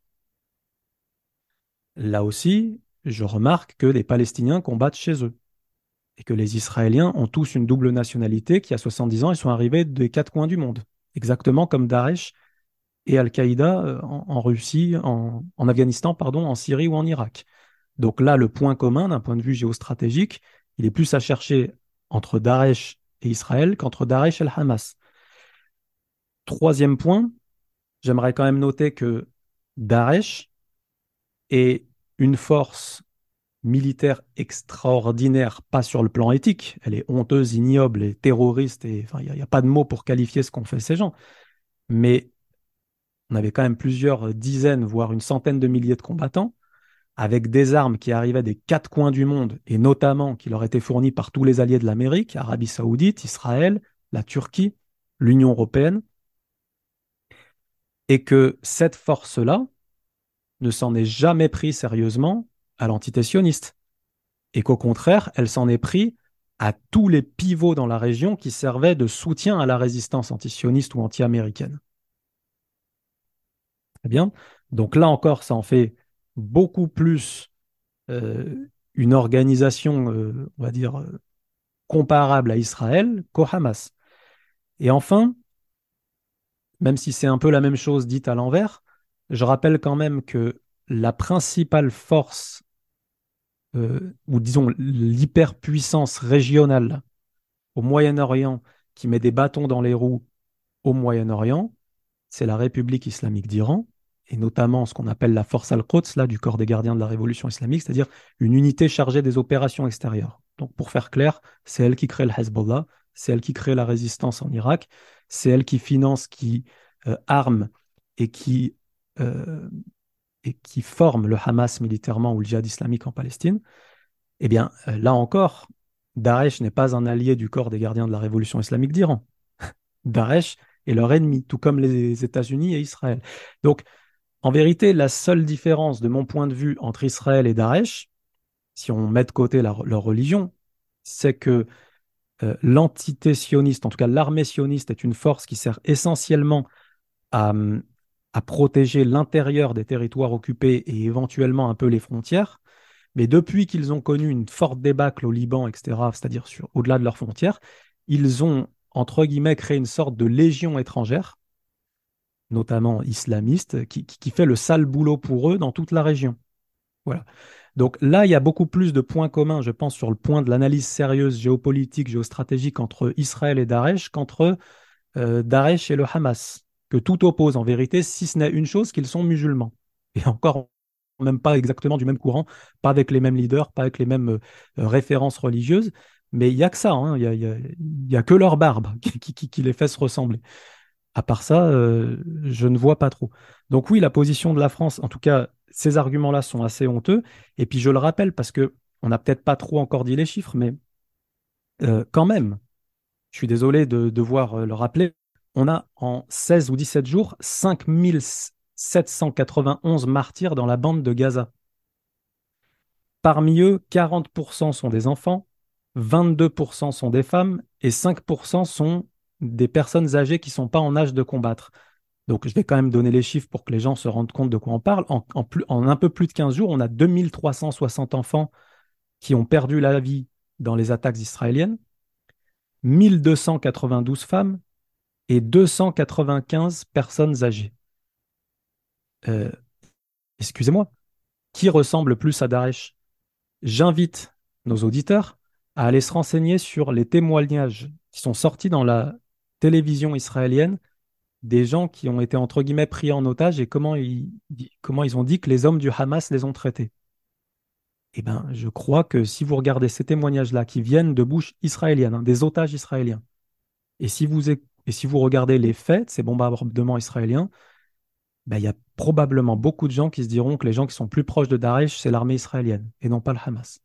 Là aussi, je remarque que les Palestiniens combattent chez eux et que les Israéliens ont tous une double nationalité qui, à 70 ans, ils sont arrivés des 4 coins du monde, exactement comme Daesh et Al-Qaïda en Russie, en Afghanistan, pardon, en Syrie ou en Irak. Donc là, le point commun d'un point de vue géostratégique, il est plus à chercher entre Daesh et Israël qu'entre Daesh et le Hamas. Troisième point, j'aimerais quand même noter que Daesh est une force militaire extraordinaire, pas sur le plan éthique. Elle est honteuse, ignoble et terroriste. Et enfin, il n'y a pas de mots pour qualifier ce qu'ont fait ces gens. Mais on avait quand même plusieurs dizaines, voire une centaine de milliers de combattants, avec des armes qui arrivaient des 4 coins du monde, et notamment qui leur étaient fournies par tous les alliés de l'Amérique, Arabie Saoudite, Israël, la Turquie, l'Union européenne, et que cette force-là ne s'en est jamais pris sérieusement à l'entité sioniste, et qu'au contraire, elle s'en est pris à tous les pivots dans la région qui servaient de soutien à la résistance antisioniste ou anti-américaine. Très bien. Donc là encore, ça en fait beaucoup plus une organisation, on va dire, comparable à Israël qu'au Hamas. Et enfin, même si c'est un peu la même chose dite à l'envers, je rappelle quand même que la principale force, ou disons l'hyperpuissance régionale au Moyen-Orient qui met des bâtons dans les roues au Moyen-Orient, c'est la République islamique d'Iran, et notamment ce qu'on appelle la force Al-Quds, là, du corps des gardiens de la révolution islamique, c'est-à-dire une unité chargée des opérations extérieures. Donc, pour faire clair, c'est elle qui crée le Hezbollah, c'est elle qui crée la résistance en Irak, c'est elle qui finance, qui arme et euh, et qui forme le Hamas militairement ou le djihad islamique en Palestine. Eh bien, là encore, Daesh n'est pas un allié du corps des gardiens de la révolution islamique d'Iran. Daesh est leur ennemi, tout comme les États-Unis et Israël. Donc, en vérité, la seule différence de mon point de vue entre Israël et Daesh, si on met de côté leur religion, c'est que l'entité sioniste, en tout cas l'armée sioniste, est une force qui sert essentiellement à, à protéger l'intérieur des territoires occupés et éventuellement un peu les frontières. Mais depuis qu'ils ont connu une forte débâcle au Liban, etc., c'est-à-dire au-delà de leurs frontières, ils ont, entre guillemets, créé une sorte de légion étrangère, notamment islamiste, qui fait le sale boulot pour eux dans toute la région. Voilà. Donc là, il y a beaucoup plus de points communs, je pense, sur le point de l'analyse sérieuse géopolitique, géostratégique entre Israël et Daesh qu'entre Daesh et le Hamas, que tout oppose en vérité, si ce n'est une chose, qu'ils sont musulmans. Et encore, même pas exactement du même courant, pas avec les mêmes leaders, pas avec les mêmes références religieuses, mais il n'y a que ça, hein, il y a que leur barbe qui les fait se ressembler. À part ça, je ne vois pas trop. Donc oui, la position de la France, en tout cas, ces arguments-là sont assez honteux. Et puis je le rappelle parce que on n'a peut-être pas trop encore dit les chiffres, mais quand même, je suis désolé de devoir le rappeler, on a en 16 ou 17 jours 5791 martyrs dans la bande de Gaza. Parmi eux, 40% sont des enfants, 22% sont des femmes et 5% sont des personnes âgées qui ne sont pas en âge de combattre. Donc, je vais quand même donner les chiffres pour que les gens se rendent compte de quoi on parle. En un peu plus de 15 jours, on a 2360 enfants qui ont perdu la vie dans les attaques israéliennes, 1292 femmes et 295 personnes âgées. Euh, Excusez-moi, qui ressemble plus à Daesh? J'invite nos auditeurs à aller se renseigner sur les témoignages qui sont sortis dans la télévision israélienne des gens qui ont été entre guillemets pris en otage et comment ils ont dit que les hommes du Hamas les ont traités. Eh bien, je crois que si vous regardez ces témoignages-là qui viennent de bouche israélienne, hein, des otages israéliens, et si vous regardez les faits, ces bombardements israéliens, ben, il y a probablement beaucoup de gens qui se diront que les gens qui sont plus proches de Daesh, c'est l'armée israélienne et non pas le Hamas.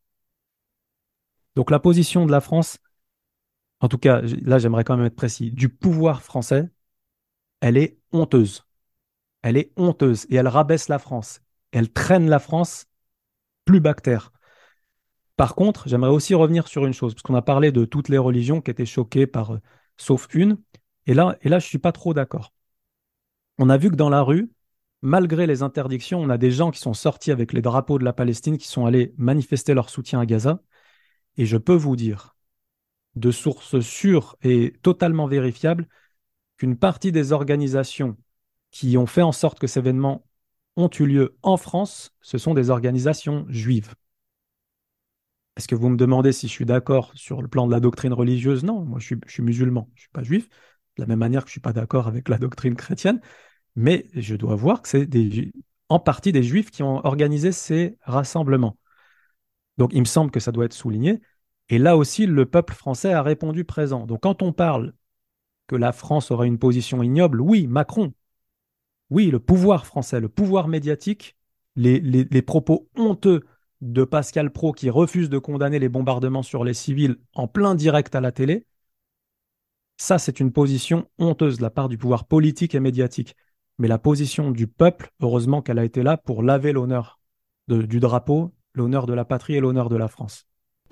Donc la position de la France, en tout cas, là j'aimerais quand même être précis, du pouvoir français, elle est honteuse. Elle est honteuse et elle rabaisse la France. Elle traîne la France plus bactère. Par contre, j'aimerais aussi revenir sur une chose, parce qu'on a parlé de toutes les religions qui étaient choquées par, sauf une, je ne suis pas trop d'accord. On a vu que dans la rue, malgré les interdictions, on a des gens qui sont sortis avec les drapeaux de la Palestine, qui sont allés manifester leur soutien à Gaza. Et je peux vous dire, de sources sûres et totalement vérifiables, qu'une partie des organisations qui ont fait en sorte que ces événements ont eu lieu en France, ce sont des organisations juives. Est-ce que vous me demandez si je suis d'accord sur le plan de la doctrine religieuse? Non, moi je suis musulman, je ne suis pas juif, de la même manière que je ne suis pas d'accord avec la doctrine chrétienne, mais je dois voir que c'est en partie des juifs qui ont organisé ces rassemblements. Donc il me semble que ça doit être souligné. Et là aussi, le peuple français a répondu présent. Donc quand on parle que la France aurait une position ignoble, oui, Macron, oui, le pouvoir français, le pouvoir médiatique, les propos honteux de Pascal Praud qui refuse de condamner les bombardements sur les civils en plein direct à la télé, ça c'est une position honteuse de la part du pouvoir politique et médiatique. Mais la position du peuple, heureusement qu'elle a été là pour laver l'honneur du drapeau, l'honneur de la patrie et l'honneur de la France.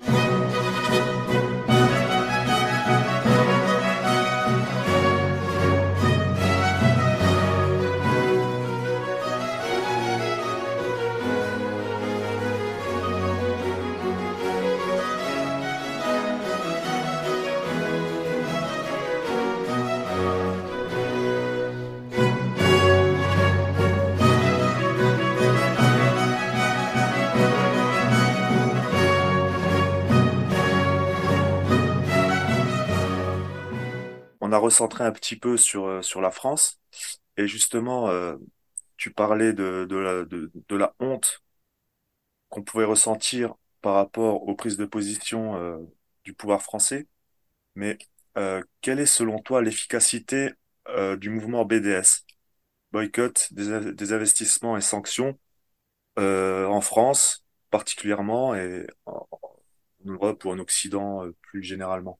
On a recentré un petit peu sur la France. Et justement, tu parlais de la honte qu'on pouvait ressentir par rapport aux prises de position du pouvoir français. Mais quelle est selon toi l'efficacité du mouvement BDS, boycott, des investissements et sanctions en France particulièrement et en Europe ou en Occident plus généralement?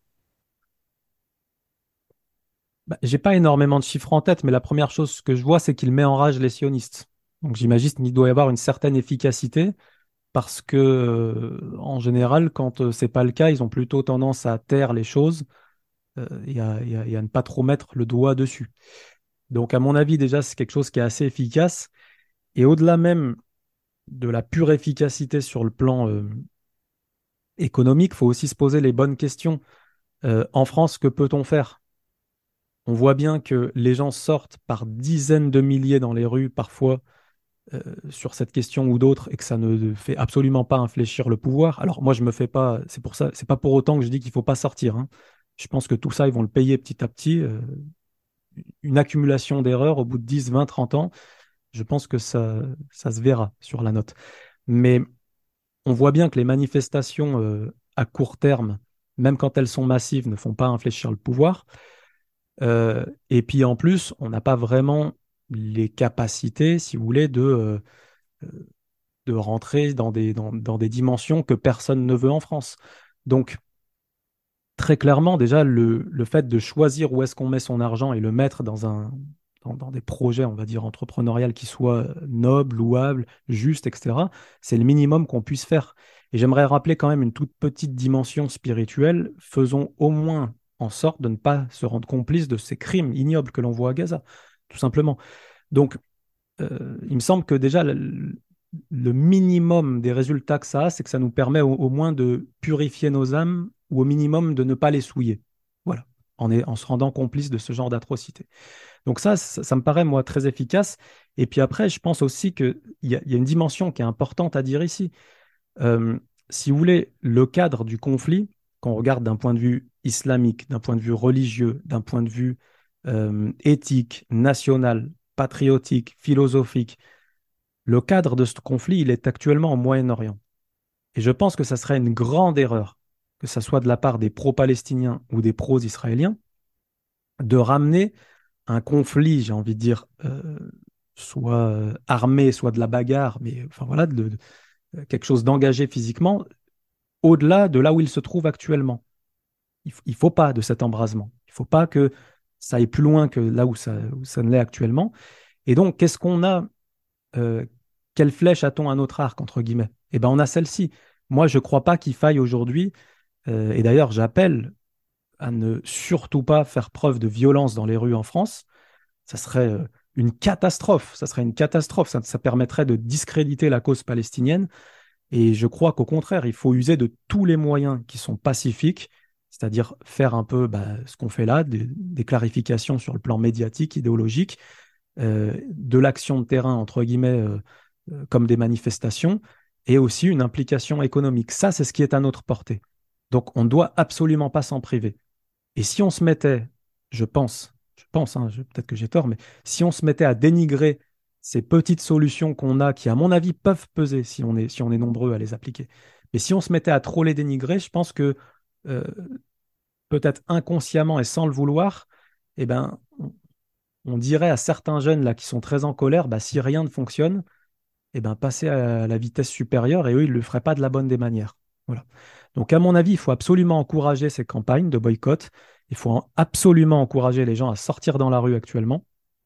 Bah, j'ai pas énormément de chiffres en tête, mais la première chose que je vois, c'est qu'il met en rage les sionistes. Donc j'imagine qu'il doit y avoir une certaine efficacité parce que, en général, quand c'est pas le cas, ils ont plutôt tendance à taire les choses et à ne pas trop mettre le doigt dessus. Donc, à mon avis, déjà, c'est quelque chose qui est assez efficace. Et au-delà même de la pure efficacité sur le plan économique, il faut aussi se poser les bonnes questions. En France, que peut-on faire? On voit bien que les gens sortent par dizaines de milliers dans les rues parfois sur cette question ou d'autres et que ça ne fait absolument pas infléchir le pouvoir, alors moi je me fais pas, c'est pour ça, c'est pas pour autant que je dis qu'il faut pas sortir, hein. Je pense que tout ça, ils vont le payer petit à petit. Une accumulation d'erreurs au bout de 10, 20, 30 ans, je pense que ça se verra sur la note. Mais on voit bien que les manifestations à court terme, même quand elles sont massives, ne font pas infléchir le pouvoir. Et puis en plus, on n'a pas vraiment les capacités, si vous voulez, de rentrer dans des dimensions que personne ne veut en France. Donc, très clairement, déjà, le fait de choisir où est-ce qu'on met son argent et le mettre dans des projets, on va dire, entrepreneuriaux qui soient nobles, louables, justes, etc., c'est le minimum qu'on puisse faire. Et j'aimerais rappeler quand même une toute petite dimension spirituelle. Faisons au moins en sorte de ne pas se rendre complice de ces crimes ignobles que l'on voit à Gaza, tout simplement. Donc, il me semble que déjà, le minimum des résultats que ça a, c'est que ça nous permet au moins de purifier nos âmes ou au minimum de ne pas les souiller. Voilà, en se rendant complice de ce genre d'atrocité. Donc ça me paraît, moi, très efficace. Et puis après, je pense aussi qu'il y a une dimension qui est importante à dire ici. Euh, si vous voulez, le cadre du conflit, qu'on regarde d'un point de vue islamique, d'un point de vue religieux, d'un point de vue éthique, national, patriotique, philosophique, le cadre de ce conflit, il est actuellement au Moyen-Orient. Et je pense que ça serait une grande erreur, que ce soit de la part des pro-palestiniens ou des pro-israéliens, de ramener un conflit, j'ai envie de dire, soit armé, soit de la bagarre, mais enfin voilà, quelque chose d'engagé physiquement, au-delà de là où il se trouve actuellement. Il ne faut pas de cet embrasement. Il ne faut pas que ça aille plus loin que là où ça ne l'est actuellement. Et donc, qu'est-ce qu'on a quelle flèche a-t-on à notre arc, entre guillemets? Eh bien, on a celle-ci. Moi, je ne crois pas qu'il faille aujourd'hui, et d'ailleurs, j'appelle à ne surtout pas faire preuve de violence dans les rues en France. Ça serait une catastrophe. Ça serait une catastrophe. Ça permettrait de discréditer la cause palestinienne. Et je crois qu'au contraire, il faut user de tous les moyens qui sont pacifiques, c'est-à-dire faire un peu ce qu'on fait là, des clarifications sur le plan médiatique, idéologique, de l'action de terrain, entre guillemets, comme des manifestations, et aussi une implication économique. Ça, c'est ce qui est à notre portée. Donc, on ne doit absolument pas s'en priver. Et si on se mettait, hein, peut-être que j'ai tort, mais si on se mettait à dénigrer ces petites solutions qu'on a, qui, à mon avis, peuvent peser si on est nombreux à les appliquer. Mais si on se mettait à trop les dénigrer, je pense que euh, peut-être inconsciemment et sans le vouloir, eh ben, on dirait à certains jeunes là qui sont très en colère, bah, si rien ne fonctionne, eh ben, passer à la vitesse supérieure et eux, ils ne le feraient pas de la bonne des manières. Voilà. Donc, à mon avis, il faut absolument encourager ces campagnes de boycott. Il faut absolument encourager les gens à sortir dans la rue actuellement.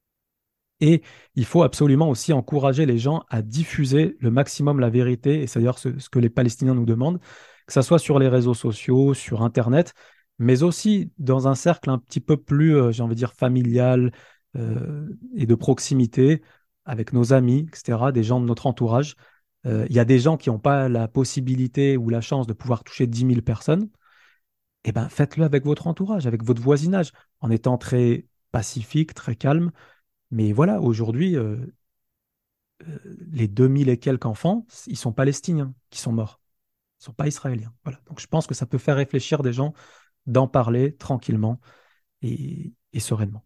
Et il faut absolument aussi encourager les gens à diffuser le maximum la vérité, et c'est d'ailleurs ce que les Palestiniens nous demandent, que ce soit sur les réseaux sociaux, sur Internet, mais aussi dans un cercle un petit peu plus, j'ai envie de dire, familial et de proximité, avec nos amis, etc., des gens de notre entourage. Il y a des gens qui n'ont pas la possibilité ou la chance de pouvoir toucher 10 000 personnes. Eh ben, faites-le avec votre entourage, avec votre voisinage, en étant très pacifique, très calme. Mais voilà, aujourd'hui, les 2000 et quelques enfants, ils sont palestiniens qui sont morts. Ils ne sont pas israéliens. Voilà. Donc je pense que ça peut faire réfléchir des gens d'en parler tranquillement et sereinement.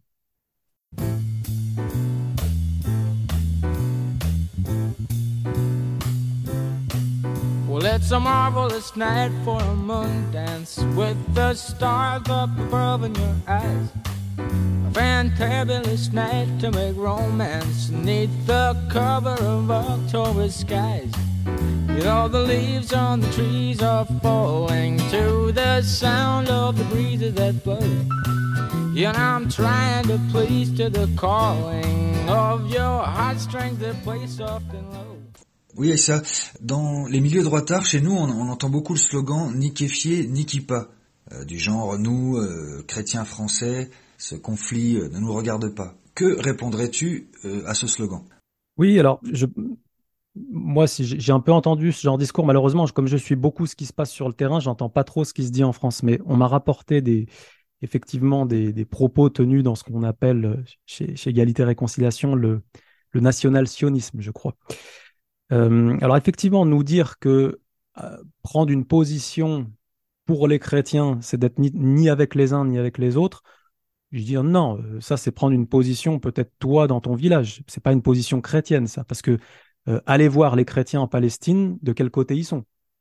Well, it's a marvelous night for a moon dance with the stars up above in your eyes. A fantabulous night to make romance neath the cover of October skies. You know the leaves on the trees are falling to the sound of the breezes that blow. You know I'm trying to please to the calling of your heartstrings that play soft and low. Oui, et ça, dans les milieux droitards, chez nous, on entend beaucoup le slogan « ni kéfier, ni kippa », du genre « nous, chrétiens français, ce conflit ne nous regarde pas ». Que répondrais-tu à ce slogan? Oui, alors, moi, si j'ai un peu entendu ce genre de discours, malheureusement, comme je suis beaucoup ce qui se passe sur le terrain, j'entends pas trop ce qui se dit en France, mais on m'a rapporté effectivement des propos tenus dans ce qu'on appelle chez Égalité et Réconciliation le national-sionisme, je crois. Alors effectivement, nous dire que prendre une position pour les chrétiens, c'est d'être ni avec les uns ni avec les autres, je dis non, ça c'est prendre une position peut-être toi dans ton village. C'est pas une position chrétienne ça, parce que allez voir les chrétiens en Palestine, de quel côté ils sont.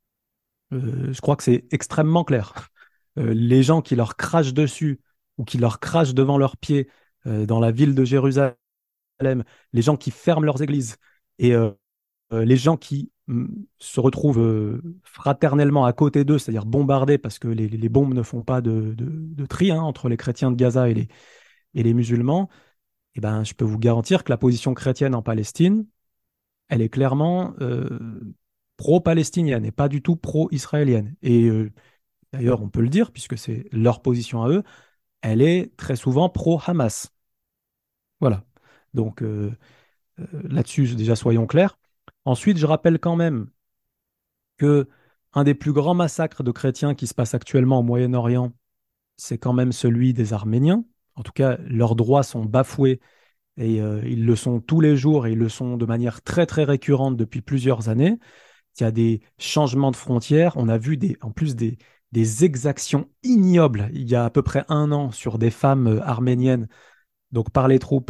Je crois que c'est extrêmement clair. Les gens qui leur crachent dessus ou qui leur crachent devant leurs pieds dans la ville de Jérusalem, les gens qui ferment leurs églises et les gens qui se retrouvent fraternellement à côté d'eux, c'est-à-dire bombardés parce que les bombes ne font pas de tri entre les chrétiens de Gaza et les musulmans, eh ben, je peux vous garantir que la position chrétienne en Palestine, elle est clairement pro-palestinienne et pas du tout pro-israélienne. Et d'ailleurs, on peut le dire, puisque c'est leur position à eux, elle est très souvent pro-Hamas. Voilà. Donc là-dessus, déjà, soyons clairs. Ensuite, je rappelle quand même que un des plus grands massacres de chrétiens qui se passe actuellement au Moyen-Orient, c'est quand même celui des Arméniens. En tout cas, leurs droits sont bafoués et ils le sont tous les jours et ils le sont de manière très très récurrente depuis plusieurs années. Il y a des changements de frontières. On a vu en plus des exactions ignobles il y a à peu près un an sur des femmes arméniennes, donc par les troupes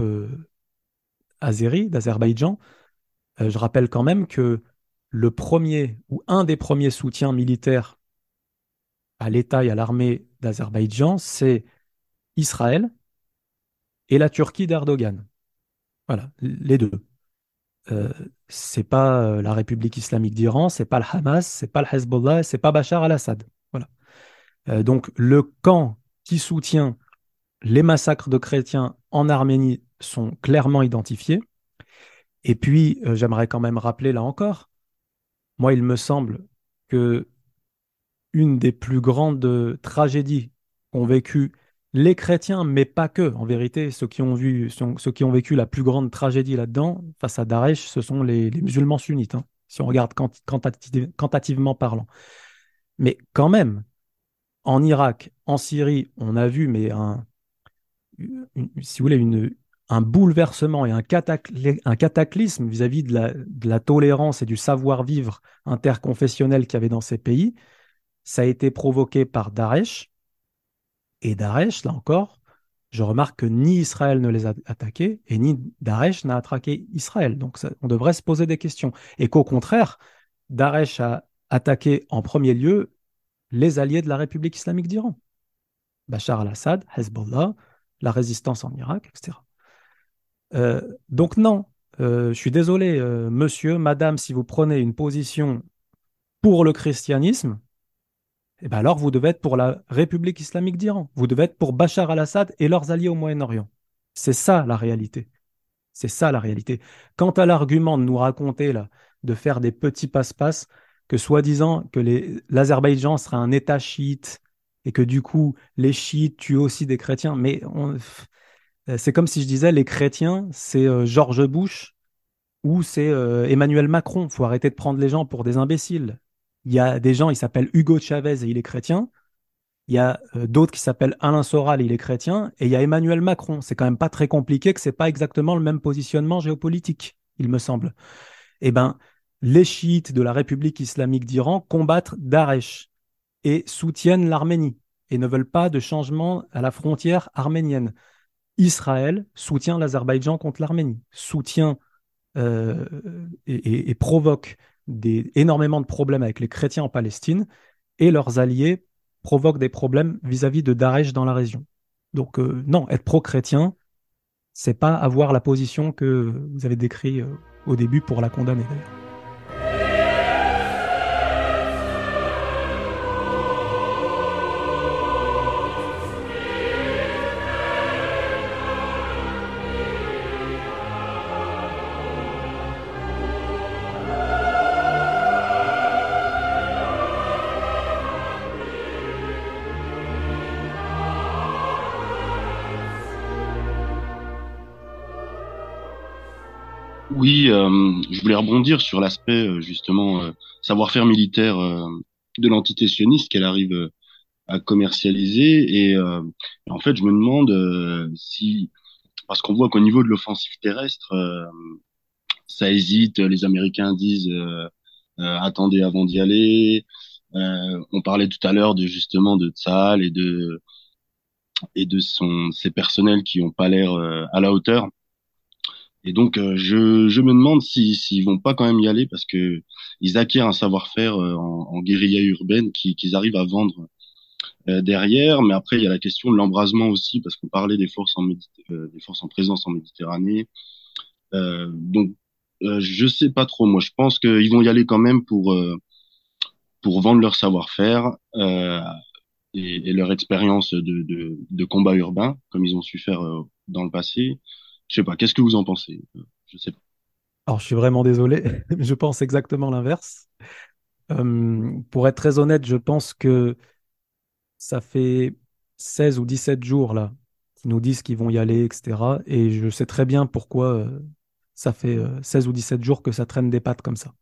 azéries d'Azerbaïdjan. Je rappelle quand même que le premier ou un des premiers soutiens militaires à l'État et à l'armée d'Azerbaïdjan, c'est Israël et la Turquie d'Erdogan. Voilà, les deux. Euh, c'est pas la République islamique d'Iran, c'est pas le Hamas, c'est pas le Hezbollah, c'est pas Bachar al-Assad. Voilà. Donc le camp qui soutient les massacres de chrétiens en Arménie sont clairement identifiés. Et puis, j'aimerais quand même rappeler là encore, moi, il me semble que une des plus grandes tragédies qu'ont vécu les chrétiens, mais pas que. En vérité, ceux qui ont vécu la plus grande tragédie là-dedans, face à Daesh, ce sont les musulmans sunnites, hein, si on regarde quantitativement parlant. Mais quand même, en Irak, en Syrie, on a vu, mais si vous voulez, un bouleversement et un cataclysme vis-à-vis de la tolérance et du savoir-vivre interconfessionnel qu'il y avait dans ces pays. Ça a été provoqué par Daesh. Et Daesh, là encore, je remarque que ni Israël ne les a attaqués et ni Daesh n'a attaqué Israël. Donc on devrait se poser des questions. Et qu'au contraire, Daesh a attaqué en premier lieu les alliés de la République islamique d'Iran. Bachar al-Assad, Hezbollah, la résistance en Irak, etc. Donc non, je suis désolé, monsieur, madame, si vous prenez une position pour le christianisme, eh ben alors vous devez être pour la République islamique d'Iran. Vous devez être pour Bachar al-Assad et leurs alliés au Moyen-Orient. C'est ça la réalité. C'est ça la réalité. Quant à l'argument de nous raconter là, de faire des petits passe-passe, que soi-disant que l'Azerbaïdjan serait un État chiite et que du coup les chiites tuent aussi des chrétiens, mais c'est comme si je disais les chrétiens, c'est George Bush ou c'est Emmanuel Macron. Il faut arrêter de prendre les gens pour des imbéciles. Il y a des gens, il s'appelle Hugo Chavez et il est chrétien. Il y a d'autres qui s'appellent Alain Soral et il est chrétien. Et il y a Emmanuel Macron. C'est quand même pas très compliqué que c'est pas exactement le même positionnement géopolitique, il me semble. Eh ben, les chiites de la République islamique d'Iran combattent Daesh et soutiennent l'Arménie et ne veulent pas de changement à la frontière arménienne. Israël soutient l'Azerbaïdjan contre l'Arménie, soutient et provoque énormément de problèmes avec les chrétiens en Palestine et leurs alliés provoquent des problèmes vis-à-vis de Daesh dans la région. Donc non, être pro-chrétien, c'est pas avoir la position que vous avez décrite au début pour la condamner d'ailleurs. Oui, je voulais rebondir sur l'aspect justement savoir-faire militaire de l'entité sioniste qu'elle arrive à commercialiser et en fait je me demande si parce qu'on voit qu'au niveau de l'offensive terrestre, ça hésite. Les Américains disent attendez avant d'y aller. On parlait tout à l'heure de justement de Tsahal et de ses personnels qui ont pas l'air à la hauteur. Et donc je me demande s'ils vont pas quand même y aller parce que ils acquièrent un savoir-faire en guérilla urbaine qu'ils arrivent à vendre derrière. Mais après il y a la question de l'embrasement aussi parce qu'on parlait des forces des forces en présence en Méditerranée. Donc je sais pas trop. Moi je pense qu'ils vont y aller quand même pour vendre leur savoir-faire et leur expérience de combat urbain, comme ils ont su faire dans le passé. Je sais pas, qu'est-ce que vous en pensez? Je sais pas. Alors, je suis vraiment désolé, je pense exactement l'inverse. Pour être très honnête, je pense que ça fait 16 ou 17 jours là qu'ils nous disent qu'ils vont y aller, etc. Et je sais très bien pourquoi ça fait 16 ou 17 jours que ça traîne des pattes comme ça.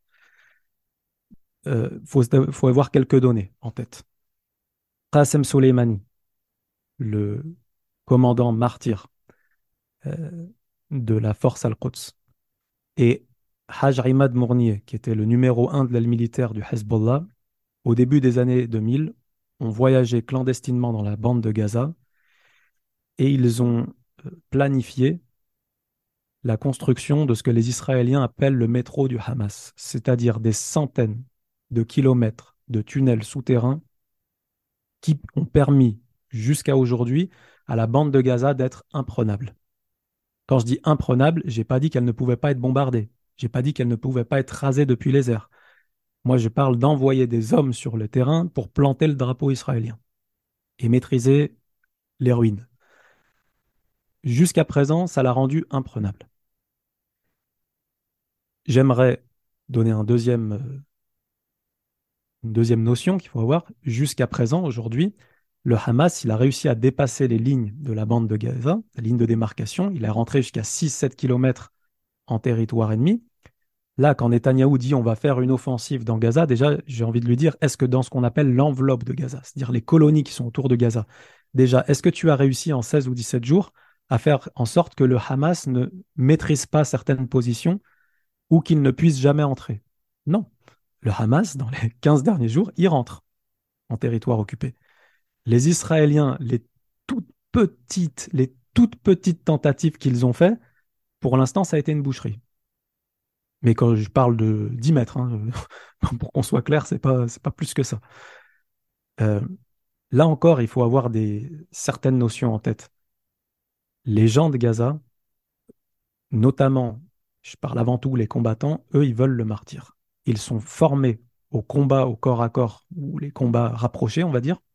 Faut avoir quelques données en tête. Qasem Soleimani, le commandant martyr euh, de la force Al-Quds, et Haj Imad Mournier, qui était le numéro un de l'aile militaire du Hezbollah, au début des années 2000, ont voyagé clandestinement dans la bande de Gaza et ils ont planifié la construction de ce que les Israéliens appellent le métro du Hamas, c'est-à-dire des centaines de kilomètres de tunnels souterrains qui ont permis jusqu'à aujourd'hui à la bande de Gaza d'être imprenable. Quand je dis imprenable, j'ai pas dit qu'elle ne pouvait pas être bombardée. J'ai pas dit qu'elle ne pouvait pas être rasée depuis les airs. Moi, je parle d'envoyer des hommes sur le terrain pour planter le drapeau israélien et maîtriser les ruines. Jusqu'à présent, ça l'a rendu imprenable. J'aimerais donner une deuxième notion qu'il faut avoir. Jusqu'à présent, aujourd'hui, le Hamas, il a réussi à dépasser les lignes de la bande de Gaza, la ligne de démarcation. Il est rentré jusqu'à 6-7 kilomètres en territoire ennemi. Là, quand Netanyahou dit on va faire une offensive dans Gaza, déjà, j'ai envie de lui dire, est-ce que dans ce qu'on appelle l'enveloppe de Gaza, c'est-à-dire les colonies qui sont autour de Gaza, déjà, est-ce que tu as réussi en 16 ou 17 jours à faire en sorte que le Hamas ne maîtrise pas certaines positions ou qu'il ne puisse jamais entrer? Non. Le Hamas, dans les 15 derniers jours, il rentre en territoire occupé. Les Israéliens, les toutes petites tentatives qu'ils ont fait, pour l'instant, ça a été une boucherie. Mais quand je parle de 10 mètres, hein, pour qu'on soit clair, c'est pas plus que ça. Euh, Là encore, il faut avoir certaines notions en tête. Les gens de Gaza, notamment, je parle avant tout les combattants, eux, ils veulent le martyr. Ils sont formés au combat au corps à corps, ou les combats rapprochés, on va dire.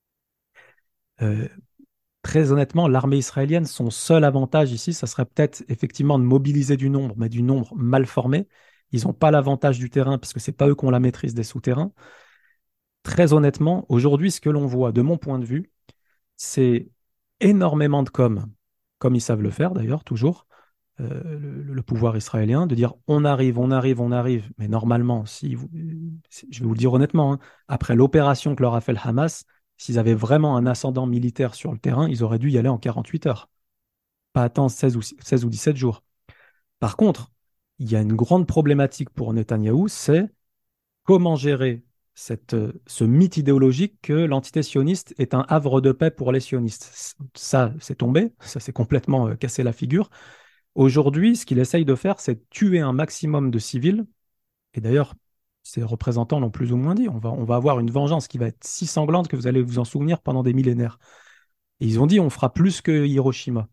Euh, Très honnêtement, l'armée israélienne, son seul avantage ici, ça serait peut-être effectivement de mobiliser du nombre, mais du nombre mal formé. Ils n'ont pas l'avantage du terrain, parce que c'est pas eux qui ont la maîtrise des souterrains. Très honnêtement, aujourd'hui, ce que l'on voit, de mon point de vue, c'est énormément de comme ils savent le faire d'ailleurs, toujours, le pouvoir israélien, de dire on arrive, on arrive, on arrive. Mais normalement, je vais vous le dire honnêtement, hein, après l'opération que leur a fait le Hamas, s'ils avaient vraiment un ascendant militaire sur le terrain, ils auraient dû y aller en 48 heures, pas attendre 16 ou 17 jours. Par contre, il y a une grande problématique pour Netanyahou, c'est comment gérer ce mythe idéologique que l'entité sioniste est un havre de paix pour les sionistes. Ça, c'est tombé, ça s'est complètement cassé la figure. Aujourd'hui, ce qu'il essaye de faire, c'est tuer un maximum de civils. Et d'ailleurs, ses représentants l'ont plus ou moins dit. On va avoir une vengeance qui va être si sanglante que vous allez vous en souvenir pendant des millénaires. Et ils ont dit, on fera plus que Hiroshima.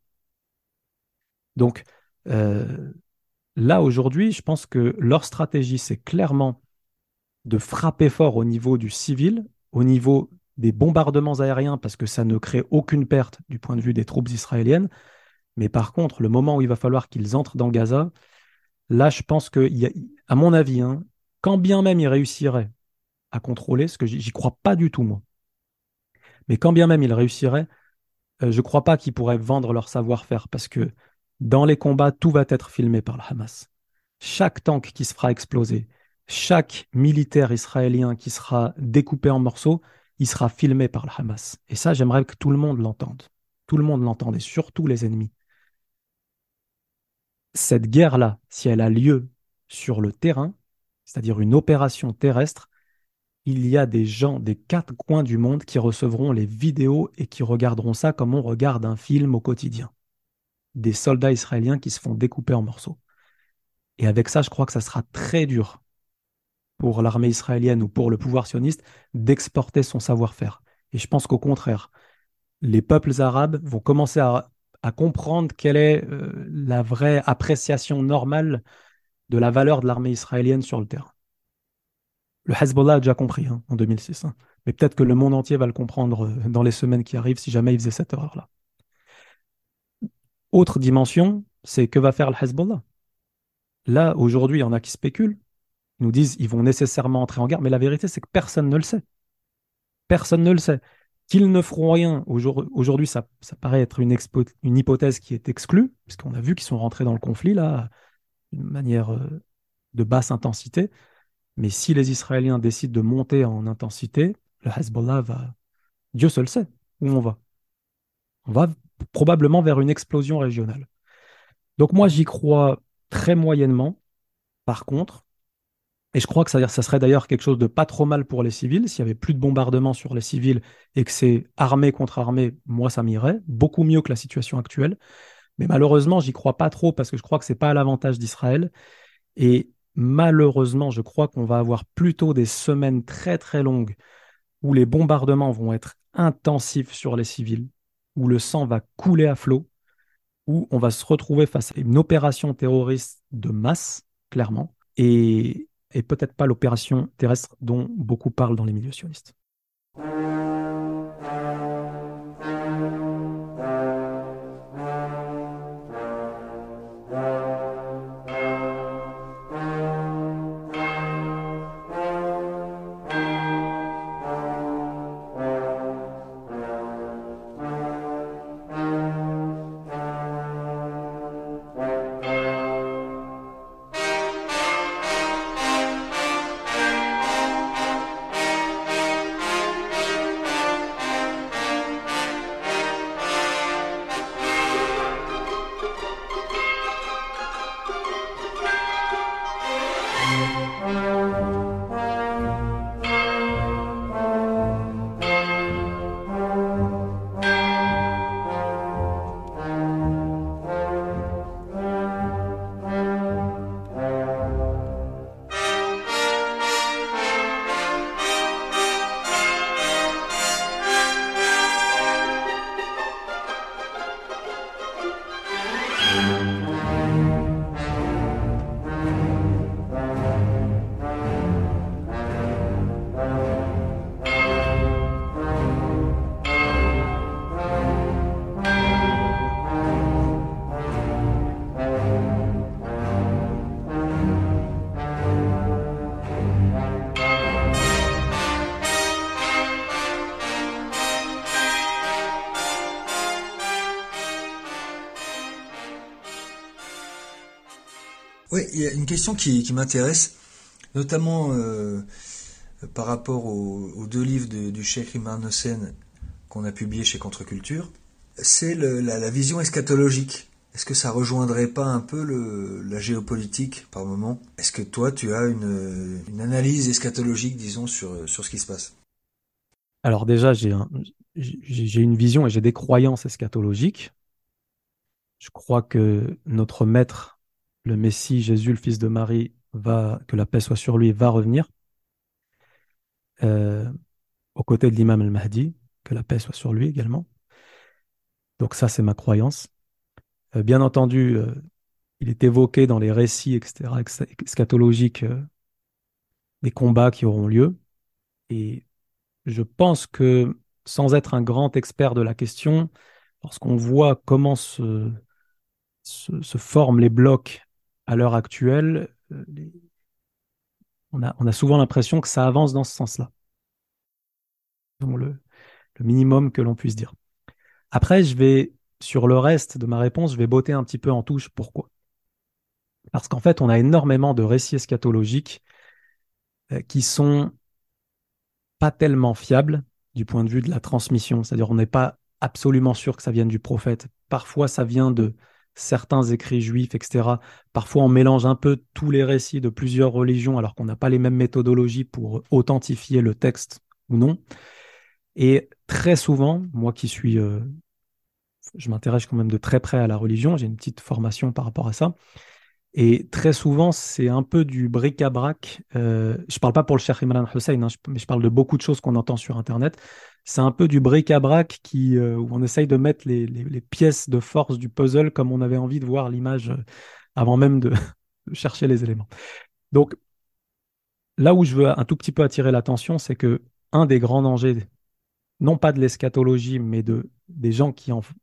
Donc, euh, là, aujourd'hui, je pense que leur stratégie, c'est clairement de frapper fort au niveau du civil, au niveau des bombardements aériens, parce que ça ne crée aucune perte du point de vue des troupes israéliennes. Mais par contre, le moment où il va falloir qu'ils entrent dans Gaza, là, je pense que, à mon avis, hein, quand bien même ils réussiraient à contrôler, ce que j'y crois pas du tout, moi, mais quand bien même ils réussiraient, je crois pas qu'ils pourraient vendre leur savoir-faire, parce que dans les combats, tout va être filmé par le Hamas. Chaque tank qui se fera exploser, chaque militaire israélien qui sera découpé en morceaux, il sera filmé par le Hamas. Et ça, j'aimerais que tout le monde l'entende. Tout le monde l'entende, et surtout les ennemis. Cette guerre-là, si elle a lieu sur le terrain, c'est-à-dire une opération terrestre, il y a des gens des quatre coins du monde qui recevront les vidéos et qui regarderont ça comme on regarde un film au quotidien. Des soldats israéliens qui se font découper en morceaux. Et avec ça, je crois que ça sera très dur pour l'armée israélienne ou pour le pouvoir sioniste d'exporter son savoir-faire. Et je pense qu'au contraire, les peuples arabes vont commencer à comprendre quelle est la vraie appréciation normale de la valeur de l'armée israélienne sur le terrain. Le Hezbollah a déjà compris en 2006, hein. Mais peut-être que le monde entier va le comprendre dans les semaines qui arrivent si jamais il faisait cette erreur-là. Autre dimension, c'est que va faire le Hezbollah? Là, aujourd'hui, il y en a qui spéculent, nous disent ils vont nécessairement entrer en guerre, mais la vérité, c'est que personne ne le sait. Personne ne le sait. Qu'ils ne feront rien, aujourd'hui, ça paraît être une hypothèse qui est exclue, puisqu'on a vu qu'ils sont rentrés dans le conflit, là, d'une manière de basse intensité. Mais si les Israéliens décident de monter en intensité, le Hezbollah va, Dieu seul sait où on va. On va probablement vers une explosion régionale. Donc moi, j'y crois très moyennement, par contre, et je crois que ça serait d'ailleurs quelque chose de pas trop mal pour les civils. S'il y avait plus de bombardements sur les civils et que c'est armée contre armée, moi, ça m'irait. Beaucoup mieux que la situation actuelle. Mais malheureusement, j'y crois pas trop parce que je crois que c'est pas à l'avantage d'Israël. Et malheureusement, je crois qu'on va avoir plutôt des semaines très très longues où les bombardements vont être intensifs sur les civils, où le sang va couler à flot, où on va se retrouver face à une opération terroriste de masse, clairement, et peut-être pas l'opération terrestre dont beaucoup parlent dans les milieux sionistes. Oui, il y a une question qui m'intéresse, notamment par rapport aux deux livres du Cheikh Imran Hossein qu'on a publiés chez Contre-Culture. C'est la vision eschatologique. Est-ce que ça rejoindrait pas un peu la géopolitique par moment? Est-ce que toi, tu as une analyse eschatologique, disons, sur ce qui se passe? Alors déjà, j'ai une vision et j'ai des croyances eschatologiques. Je crois que notre maître, le Messie, Jésus, le fils de Marie, que la paix soit sur lui, va revenir aux côtés de l'imam al-Mahdi, que la paix soit sur lui également. Donc ça, c'est ma croyance. Bien entendu, il est évoqué dans les récits, etc., eschatologiques, des combats qui auront lieu. Et je pense que, sans être un grand expert de la question, lorsqu'on voit comment se forment les blocs à l'heure actuelle, on a souvent l'impression que ça avance dans ce sens-là. Donc le minimum que l'on puisse dire. Après, sur le reste de ma réponse, je vais botter un petit peu en touche. Pourquoi? Parce qu'en fait, on a énormément de récits eschatologiques qui sont pas tellement fiables du point de vue de la transmission. C'est-à-dire, on n'est pas absolument sûr que ça vienne du prophète. Parfois, ça vient de certains écrits juifs, etc. Parfois, on mélange un peu tous les récits de plusieurs religions alors qu'on n'a pas les mêmes méthodologies pour authentifier le texte ou non. Et très souvent, moi qui suis, je m'intéresse quand même de très près à la religion, j'ai une petite formation par rapport à ça. Et très souvent, c'est un peu du bric-à-brac. Je ne parle pas pour le Cheikh Imran Hussein, hein, mais je parle de beaucoup de choses qu'on entend sur Internet. C'est un peu du bric-à-brac où on essaye de mettre les pièces de force du puzzle comme on avait envie de voir l'image avant même de, de chercher les éléments. Donc, là où je veux un tout petit peu attirer l'attention, c'est que un des grands dangers, non pas de l'eschatologie, mais des gens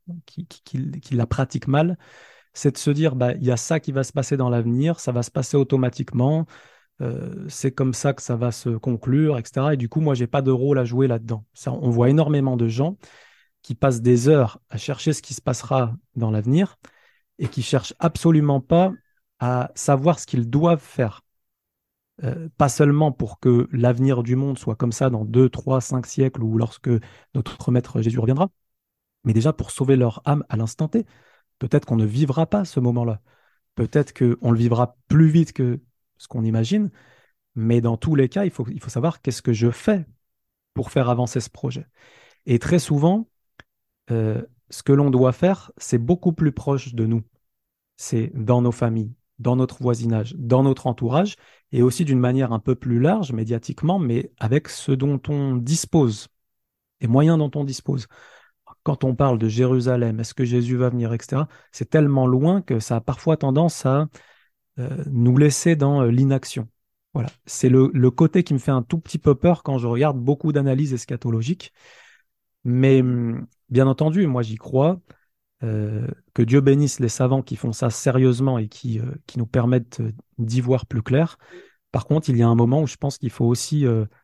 qui la pratiquent mal, c'est de se dire, bah, il y a ça qui va se passer dans l'avenir, ça va se passer automatiquement, c'est comme ça que ça va se conclure, etc. Et du coup, moi, j'ai pas de rôle à jouer là-dedans. Ça, on voit énormément de gens qui passent des heures à chercher ce qui se passera dans l'avenir et qui cherchent absolument pas à savoir ce qu'ils doivent faire. Pas seulement pour que l'avenir du monde soit comme ça dans 2, 3, 5 siècles ou lorsque notre maître Jésus reviendra, mais déjà pour sauver leur âme à l'instant T. Peut-être qu'on ne vivra pas ce moment-là. Peut-être qu'on le vivra plus vite que ce qu'on imagine, mais dans tous les cas, il faut savoir qu'est-ce que je fais pour faire avancer ce projet. Et très souvent, ce que l'on doit faire, c'est beaucoup plus proche de nous. C'est dans nos familles, dans notre voisinage, dans notre entourage, et aussi d'une manière un peu plus large, médiatiquement, mais avec ce dont on dispose, les moyens dont on dispose. Quand on parle de Jérusalem, est-ce que Jésus va venir, etc., c'est tellement loin que ça a parfois tendance à nous laisser dans l'inaction. Voilà. C'est le côté qui me fait un tout petit peu peur quand je regarde beaucoup d'analyses eschatologiques. Mais bien entendu, moi j'y crois. Que Dieu bénisse les savants qui font ça sérieusement et qui nous permettent d'y voir plus clair. Par contre, il y a un moment où je pense qu'il faut aussi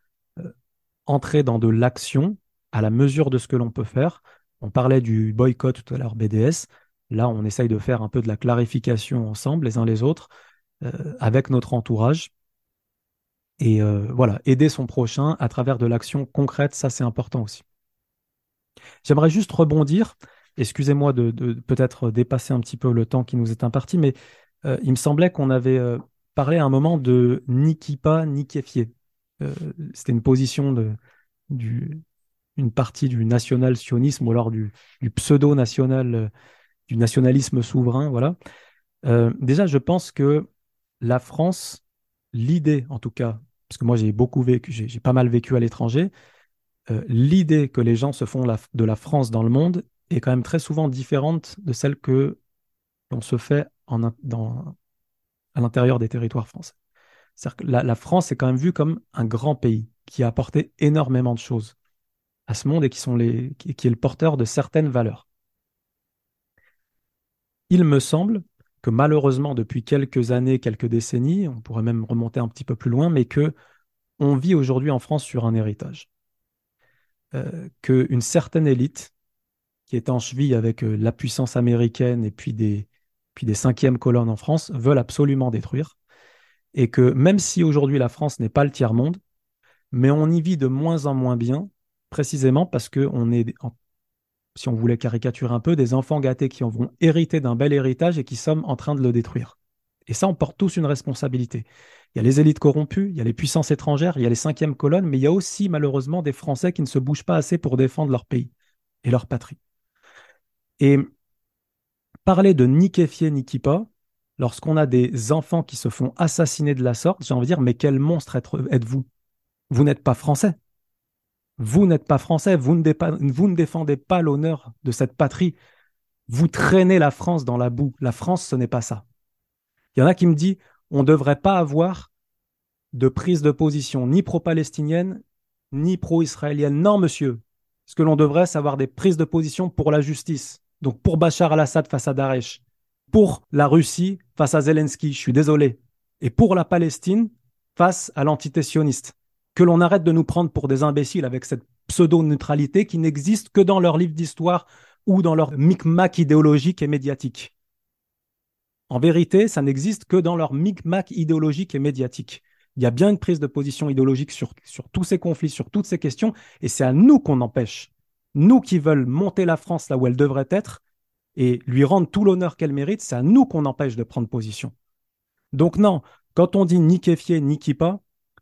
entrer dans de l'action à la mesure de ce que l'on peut faire. On parlait du boycott tout à l'heure BDS. Là, on essaye de faire un peu de la clarification ensemble, les uns les autres, avec notre entourage. Et voilà, aider son prochain à travers de l'action concrète, ça c'est important aussi. J'aimerais juste rebondir, excusez-moi de peut-être dépasser un petit peu le temps qui nous est imparti, mais il me semblait qu'on avait parlé à un moment de ni kippa ni kéfier. C'était une position une partie du national-sionisme ou alors du pseudo-national, du nationalisme souverain, voilà. Déjà, je pense que la France, l'idée en tout cas, parce que moi j'ai beaucoup vécu, j'ai pas mal vécu à l'étranger, l'idée que les gens se font de la France dans le monde est quand même très souvent différente de celle que l'on se fait à l'intérieur des territoires français. C'est-à-dire que la France est quand même vue comme un grand pays qui a apporté énormément de choses à ce monde et qui est le porteur de certaines valeurs. Il me semble que malheureusement, depuis quelques années, quelques décennies, on pourrait même remonter un petit peu plus loin, mais que on vit aujourd'hui en France sur un héritage. Qu'une certaine élite qui est en cheville avec la puissance américaine et puis des cinquièmes colonnes en France veulent absolument détruire. Et que même si aujourd'hui la France n'est pas le tiers-monde, mais on y vit de moins en moins bien, précisément parce qu'on est, si on voulait caricaturer un peu, des enfants gâtés qui vont hériter d'un bel héritage et qui sommes en train de le détruire. Et ça, on porte tous une responsabilité. Il y a les élites corrompues, il y a les puissances étrangères, il y a les cinquièmes colonnes, mais il y a aussi malheureusement des Français qui ne se bougent pas assez pour défendre leur pays et leur patrie. Et parler de ni kéfier ni kippa, lorsqu'on a des enfants qui se font assassiner de la sorte, j'ai envie de dire, mais quel monstre êtes-vous? Vous n'êtes pas français. Vous n'êtes pas français, vous ne défendez pas l'honneur de cette patrie. Vous traînez la France dans la boue. La France, ce n'est pas ça. Il y en a qui me disent, on ne devrait pas avoir de prise de position ni pro-palestinienne, ni pro-israélienne. Non, monsieur. Ce que l'on devrait, c'est avoir des prises de position pour la justice. Donc pour Bachar al-Assad face à Daesh, pour la Russie face à Zelensky, je suis désolé, et pour la Palestine face à l'entité sioniste. Que l'on arrête de nous prendre pour des imbéciles avec cette pseudo-neutralité qui n'existe que dans leurs livres d'histoire ou dans leur micmac idéologique et médiatique. En vérité, ça n'existe que dans leur micmac idéologique et médiatique. Il y a bien une prise de position idéologique sur tous ces conflits, sur toutes ces questions, et c'est à nous qu'on empêche. Nous qui veulent monter la France là où elle devrait être, et lui rendre tout l'honneur qu'elle mérite, c'est à nous qu'on empêche de prendre position. Donc non, quand on dit ni Kéfié, ni Kippa,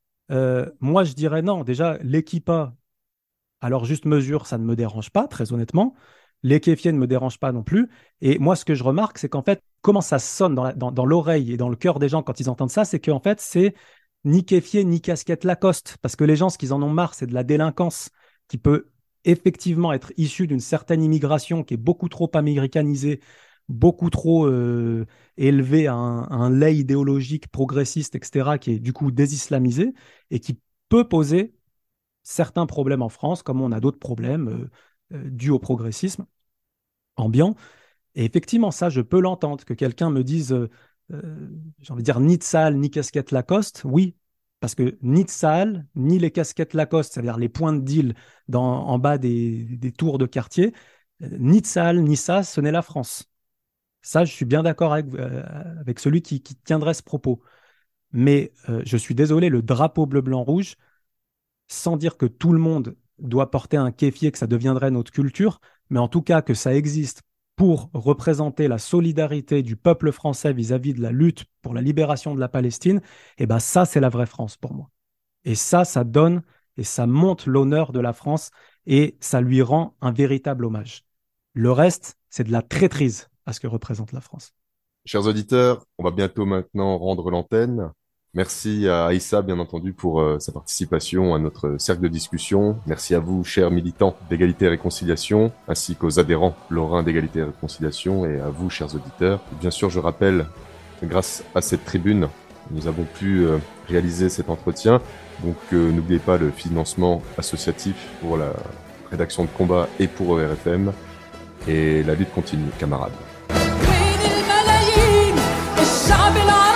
moi je dirais non. Déjà, les Kippa, à leur juste mesure, ça ne me dérange pas, très honnêtement. Les kéfiers ne me dérangent pas non plus. Et moi, ce que je remarque, c'est qu'en fait, comment ça sonne dans l'oreille et dans le cœur des gens quand ils entendent ça, c'est qu'en fait, c'est ni kéfier, ni casquette Lacoste. Parce que les gens, ce qu'ils en ont marre, c'est de la délinquance qui peut effectivement être issue d'une certaine immigration qui est beaucoup trop américanisée, beaucoup trop élevée à un lait idéologique progressiste, etc., qui est du coup désislamisé et qui peut poser certains problèmes en France, comme on a d'autres problèmes dus au progressisme ambiant. Et effectivement, ça, je peux l'entendre, que quelqu'un me dise, j'ai envie de dire, ni de sale, ni casquette Lacoste. Oui, parce que ni de sale, ni les casquettes Lacoste, c'est-à-dire les points de deal en bas des tours de quartier, ni de sale, ni ça, ce n'est la France. Ça, je suis bien d'accord avec celui qui tiendrait ce propos. Mais je suis désolé, le drapeau bleu-blanc-rouge, sans dire que tout le monde doit porter un kéfier, que ça deviendrait notre culture, mais en tout cas que ça existe pour représenter la solidarité du peuple français vis-à-vis de la lutte pour la libération de la Palestine, et ben ça, c'est la vraie France pour moi. Et ça donne et ça monte l'honneur de la France et ça lui rend un véritable hommage. Le reste, c'est de la traîtrise à ce que représente la France. Chers auditeurs, on va bientôt maintenant rendre l'antenne. Merci à Aïssa, bien entendu, pour sa participation à notre cercle de discussion. Merci à vous, chers militants d'égalité et réconciliation, ainsi qu'aux adhérents lorrains d'égalité et réconciliation, et à vous, chers auditeurs. Et bien sûr, je rappelle que grâce à cette tribune, nous avons pu réaliser cet entretien. Donc, n'oubliez pas le financement associatif pour la rédaction de Combat et pour ERFM. Et la lutte continue, camarades.